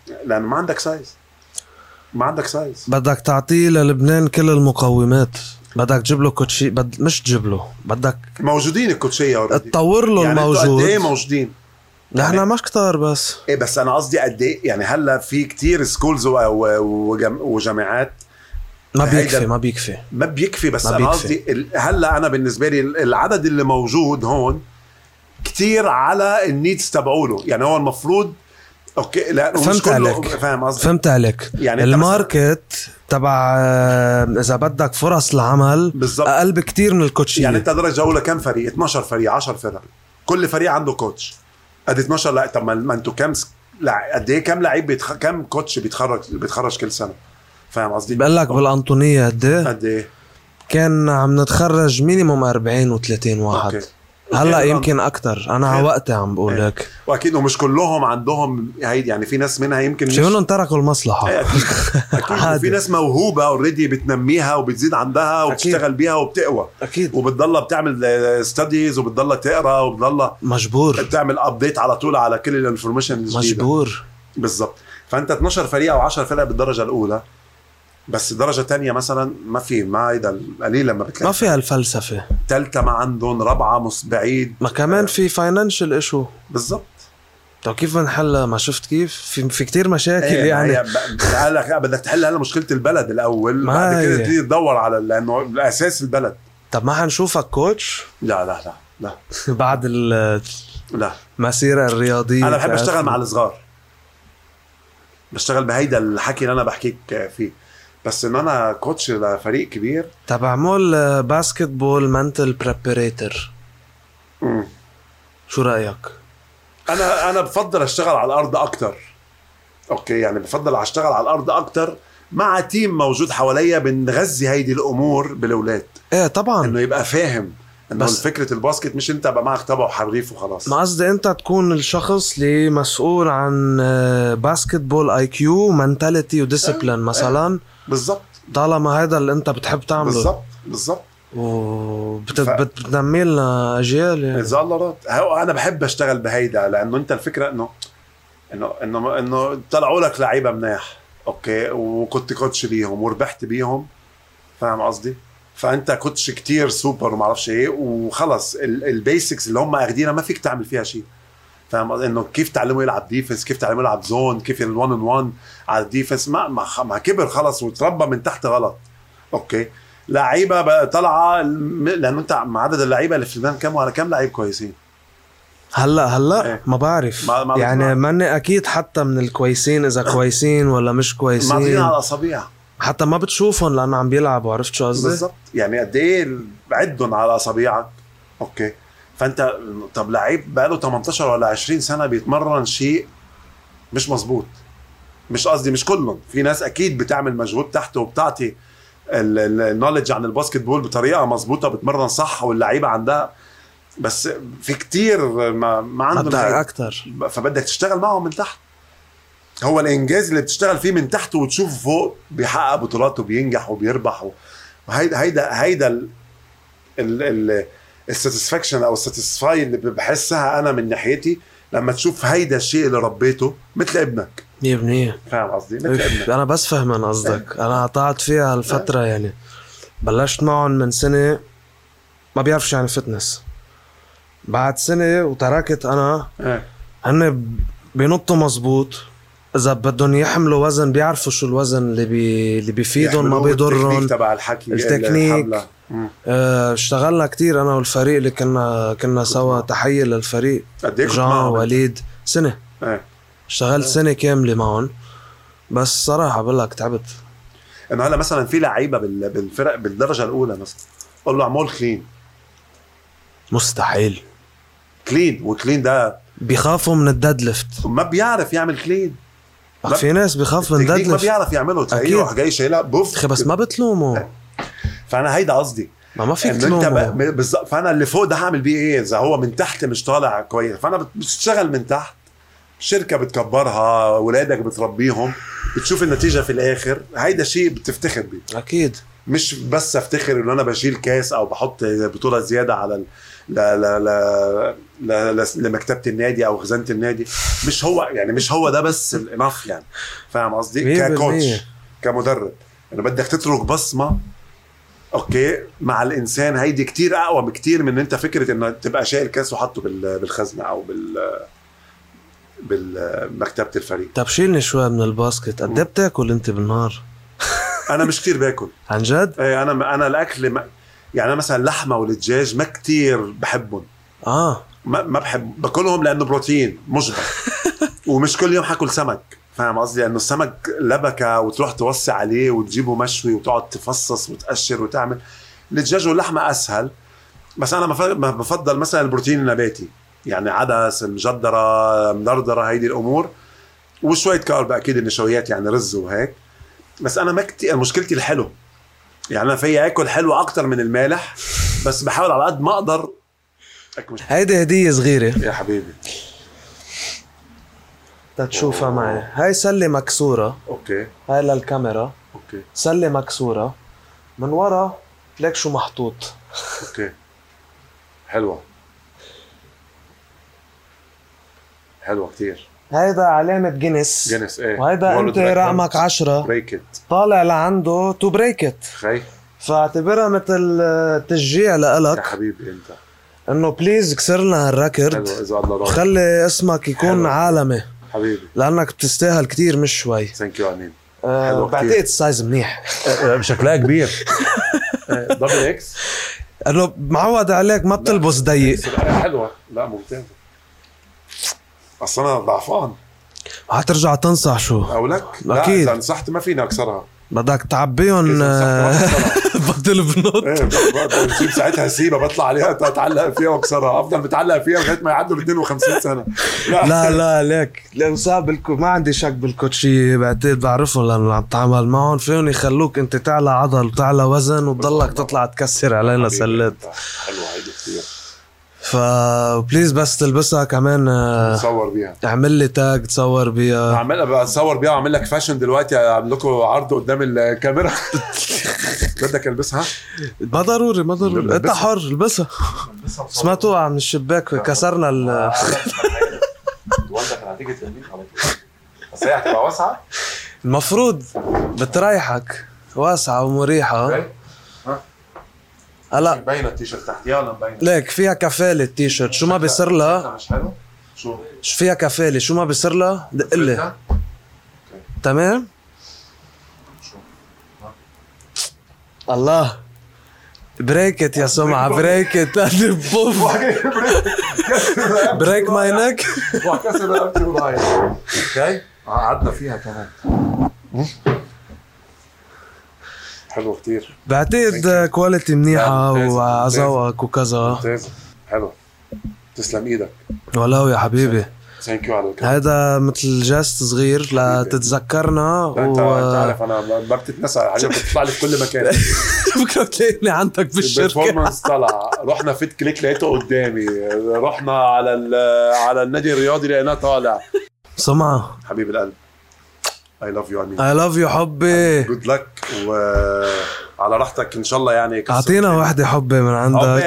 لأنه ما عندك سايز ما عندك سايز بدك تعطيه للبنان كل المقومات. بدك تجيب له كوتشي بد... مش تجيب له بدك موجودين الكوتشية تطور له يعني الموجود. قد ايه موجودين؟ نحن يعني مش كتار بس ايه بس انا قصدي قد ايه يعني هلا في كتير سكولز وجم... وجامعات ما بيكفي ما بيكفي ما بيكفي بس ما انا بيكفي. قصدي هلا انا بالنسبه لي العدد اللي موجود هون كتير على النيدز تبعوله يعني هو المفروض اوكي لا فهمت عليك فاهم قصدي فهمت عليك يعني الماركت تبع اذا بدك فرص العمل بالزبط. اقل بكتير من الكوتشي يعني انت درجه اولى كم فريق اثناشر فريق عشرة فرق كل فريق عنده كوتش قد اثناشر لا طب ما انتوا كم لا قد ايه كم لعيب بيتخ... كم كوتش بيتخرج بيتخرج كل سنه فاهم قصدي بقول لك بالانطونيه قد ايه قد ايه كان عم نتخرج مينيموم أربعين وثلاثين واحد أوكي. هلا أوكي. يمكن اكثر انا على وقتي عم بقول ايه. لك واكيد ومش كلهم عندهم هيدي يعني في ناس منها يمكن في منهم تركوا المصلحه ايه اكيد اكيد وفي ناس موهوبه اوريدي بتنميها وبتزيد عندها وبتشتغل بيها وبتقوى اكيد وبتضلها بتعمل ستاديز وبتضلها تقرا وبتضلها مجبور بتعمل ابديت على طول على كل الانفورميشن الجديده مجبور بالضبط فانت اثناشر فريق او عشرة فرق بالدرجه الاولى بس درجه تانية مثلا ما في ما هيدا قليل لما بتلاقي ما فيها الفلسفه ثالثه ما عندهم رابعه مس بعيد ما كمان في فاينانشال ايشو بالضبط طب كيف بنحلها ما شفت كيف في في كتير مشاكل ايه يعني قال لك بدك تحل هلا مشكله البلد الاول بعد كده تبتدي تدور على لانه الاساس البلد طب ما حنشوفك كوتش لا لا لا لا بعد لا المسيره الرياضيه انا بحب اشتغل مع الصغار بشتغل بهيدا الحكي اللي انا بحكيك فيه بس ان انا كوتش لفريق كبير تبع مول باسكت بول منتل بريبريتر شو رايك انا انا بفضل اشتغل على الارض اكتر اوكي يعني بفضل اشتغل على الارض اكتر مع تيم موجود حواليا بنغذي هيدي الامور بالاولاد ايه طبعا انه يبقى فاهم انه بس فكره الباسكت مش انت بقى معك تبع حريف وخلاص ما قصدي انت تكون الشخص اللي مسؤول عن باسكت بول اي كيو منتاليتي وديسيبلين مثلا بالضبط طالما هذا اللي انت بتحب تعمله بالضبط بالضبط وبتنمي لنا اجيال يعني. اذا الله راد انا بحب اشتغل بهيدا لانه انت الفكره انه انه انه انه طلعوا لك لعيبه مناح اوكي وكنت كوتش ليهم وربحت بيهم فاهم قصدي فانت كوتش كتير سوبر وما اعرفش ايه وخلص البيسكس اللي هم اخدينها ما فيك تعمل فيها شيء فاهم انه كيف تعلمه يلعب ديفنس كيف تعلمه يلعب زون كيف الوان ان وان على الديفنس ما ما كبر خلص وتربى من تحت غلط اوكي لعيبه طالعه لانه انت مع عدد اللعيبه اللي في لبنان كم وعلى كم لعيب كويسين هلا هلا ايه. ما بعرف ما ما يعني ماني اكيد حتى من الكويسين اذا كويسين ولا مش كويسين معطيين على الاصابع حتى ما بتشوفهم لانه عم بيلعبوا عرفت شو قصدي بالضبط يعني قد ايه بعدهم على اصابعك اوكي فانت طب لعيب بقاله ثمانية عشر ولا عشرين سنه بيتمرن شيء مش مزبوط مش قصدي مش كلهم في ناس اكيد بتعمل مجهود تحته وبتعطي النولج عن الباسكت بول بطريقه مزبوطه بتمرن صح واللعيبه عندها بس في كتير ما, ما عندهم اكتر فبدك تشتغل معهم من تحت هو الانجاز اللي بتشتغل فيه من تحت وتشوفه فوق بيحقق بطولات وبينجح وبيربح وهيدا هيدا هيدا ال ال الساتسفاكشن او الساتسفاي اللي بحسها انا من ناحيتي لما تشوف هيدا الشيء اللي ربيته مثل ابنك مية بالمية فاهم قصدي مثل ابنك انا بس فهمان قصدك انا قطعت فيها الفتره يعني بلشت معهم من سنه ما بيعرفش يعني فتنس بعد سنه وتركت انا هن بينطوا مزبوط اذا بدهم يحملوا وزن بيعرفوا شو الوزن اللي بي اللي بيفيدهم ما بيضرهم التكنيك تبع الحكي التكنيك اه اشتغلنا كتير انا والفريق اللي كنا كنا سوا تحيه للفريق جان وليد سنه ايه. اشتغلت ايه. سنه كامله معهم بس صراحه بقول لك تعبت انه هلا مثلا في لعيبه بالفرق بالدرجه الاولى مثلا قول له اعمل كلين مستحيل كلين وكلين ده بيخافوا من الديد ليفت ما بيعرف يعمل كلين في ناس بيخاف من الديد ليفت ما بيعرف يعمله تلاقيه جاي شايلها بوف بس ما بتلومه فانا هيدا قصدي ما ما فيك تلومه بالظبط فانا اللي فوق ده هعمل بيه ايه اذا هو من تحت مش طالع كويس فانا بتشتغل من تحت شركه بتكبرها اولادك بتربيهم بتشوف النتيجه في الاخر هيدا شيء بتفتخر بيه اكيد مش بس افتخر ان انا بشيل كاس او بحط بطوله زياده على ال... لا لا لا لا لا لمكتبه النادي او خزانه النادي. مش هو يعني مش هو ده بس الاناف يعني، فاهم قصدي؟ ككوتش كمدرب انا بدك تترك بصمه اوكي مع الانسان، هيدي كتير اقوى بكتير من انت فكره انه تبقى شايل كاس وحطه بالخزنه او بال بالمكتبه الفريق. طب شيلني شوي من الباسكت، قد ايه بتاكل انت بالنهار؟ انا مش كتير باكل عن جد؟ ايه انا انا الاكل ما يعني انا مثلا اللحمه والدجاج ما كتير بحبهم. اه ما ما بحب باكلهم لانه بروتين مشبع ومش كل يوم حاكل سمك، فاهم قصدي؟ لانه السمك لبكه وتروح توسع عليه وتجيبه مشوي وتقعد تفصص وتقشر وتعمل. الدجاج واللحمه اسهل، بس انا بفضل مثلا البروتين النباتي يعني عدس المجدره مدردره هيدي الامور، وشويه كارب اكيد النشويات يعني رز وهيك. بس انا ما كتير مشكلتي الحلو يعني انا فيا اكل حلو اكتر من المالح، بس بحاول على قد ما اقدر اكل. هيدي هديه صغيره يا حبيبي تتشوفها معي. هاي سله مكسوره اوكي، هاي للكاميرا اوكي سله مكسوره من ورا ليك شو محطوط. اوكي حلوه حلوه كتير. هيدا علامة جينيس جينيس ايه، وهيدا انت رقمك عشرة بريكت طالع لعنده تو بريكت، خي فاعتبرها مثل تشجيع يا لإلك حبيبي انت انه بليز كسرنا هالركرد حلو اذا الله راضي، خلي اسمك يكون حلو. عالمي حبيبي لانك بتستاهل كتير مش شوي. ثانك يو امين. أه بعتقد السايز منيح بشكلها كبير دبل اكس انه معود عليك ما بتلبس ضيق. حلوه لا ممتازه، اصلا انا ضعفان هترجع تنصح شو او لك؟ اكيد لا اذا نصحت ما فينا اكسرها، بدك تعبيهم بطل بنط ايه بجيب ساعتها سيبه بطلع عليها اتعلق فيها واكسرها، افضل متعلق فيها لغايه ما يعدوا ال اثنين وخمسين سنه. لا لا لا ليك لو صعب الكو ما عندي شك بالكوتشي، بعتقد بعرفهم لانه عم تعامل معهم فيهم يخلوك انت تعلى عضل وتعلى وزن وتضلك تطلع تكسر علينا سلات. حلوه هيدي كثير، فبليز بس تلبسها كمان تصور بيها، اعمل لي تاج تصور بيها. اعمل بصور بيها واعمل لك فاشن دلوقتي، اعمل لكم عرض قدام الكاميرا. بدك البسها؟ ما ضروري ما ضروري انت حر البسها. ما توقع من الشباك كسرنا ال والدك انا هتيجي تلميك على طول، بس هي هتبقى واسعه المفروض بتريحك واسعه ومريحه. هلا مبينه التيشيرت تحتيها ولا مبينه؟ ليك فيها كفاله التيشيرت، شو ما بيصير لها مش حلو؟ شو؟ شو فيها كفاله، شو ما بيصير لها دق لي تمام. الله بريكت يا سمعة بريكت بوف بريك ماي نك وكسر رقبتي ورايح. اوكي قعدنا فيها كمان حلو كتير، بعتقد كواليتي منيحة وعزوقك وكذا ممتاز حلو، تسلم ايدك ولو يا حبيبي. ثانك يو على الكلام. هذا مثل جاست صغير لتتذكرنا و... انت انت عارف انا ما بتتنسى حاجه بتطلع لي في كل مكان. بكره تلاقيني عندك بالشركه. البرفورمانس طلع، رحنا فيت كليك لقيته قدامي، رحنا على على النادي الرياضي لقيناه طالع. سمعة حبيب القلب I love you امين. I love you حبي. good luck وعلى راحتك ان شاء الله يعني. اعطينا واحدة حبي من عندك.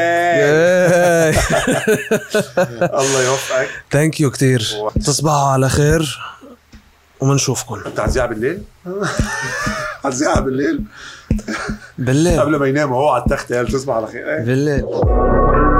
الله يوفقك. ثانك يو كتير. تصبحوا على خير ومنشوفكم. انت هتذيع بالليل؟ هتذيع بالليل؟ بالليل قبل ما ينام هو على التخت. تصبح على خير بالليل.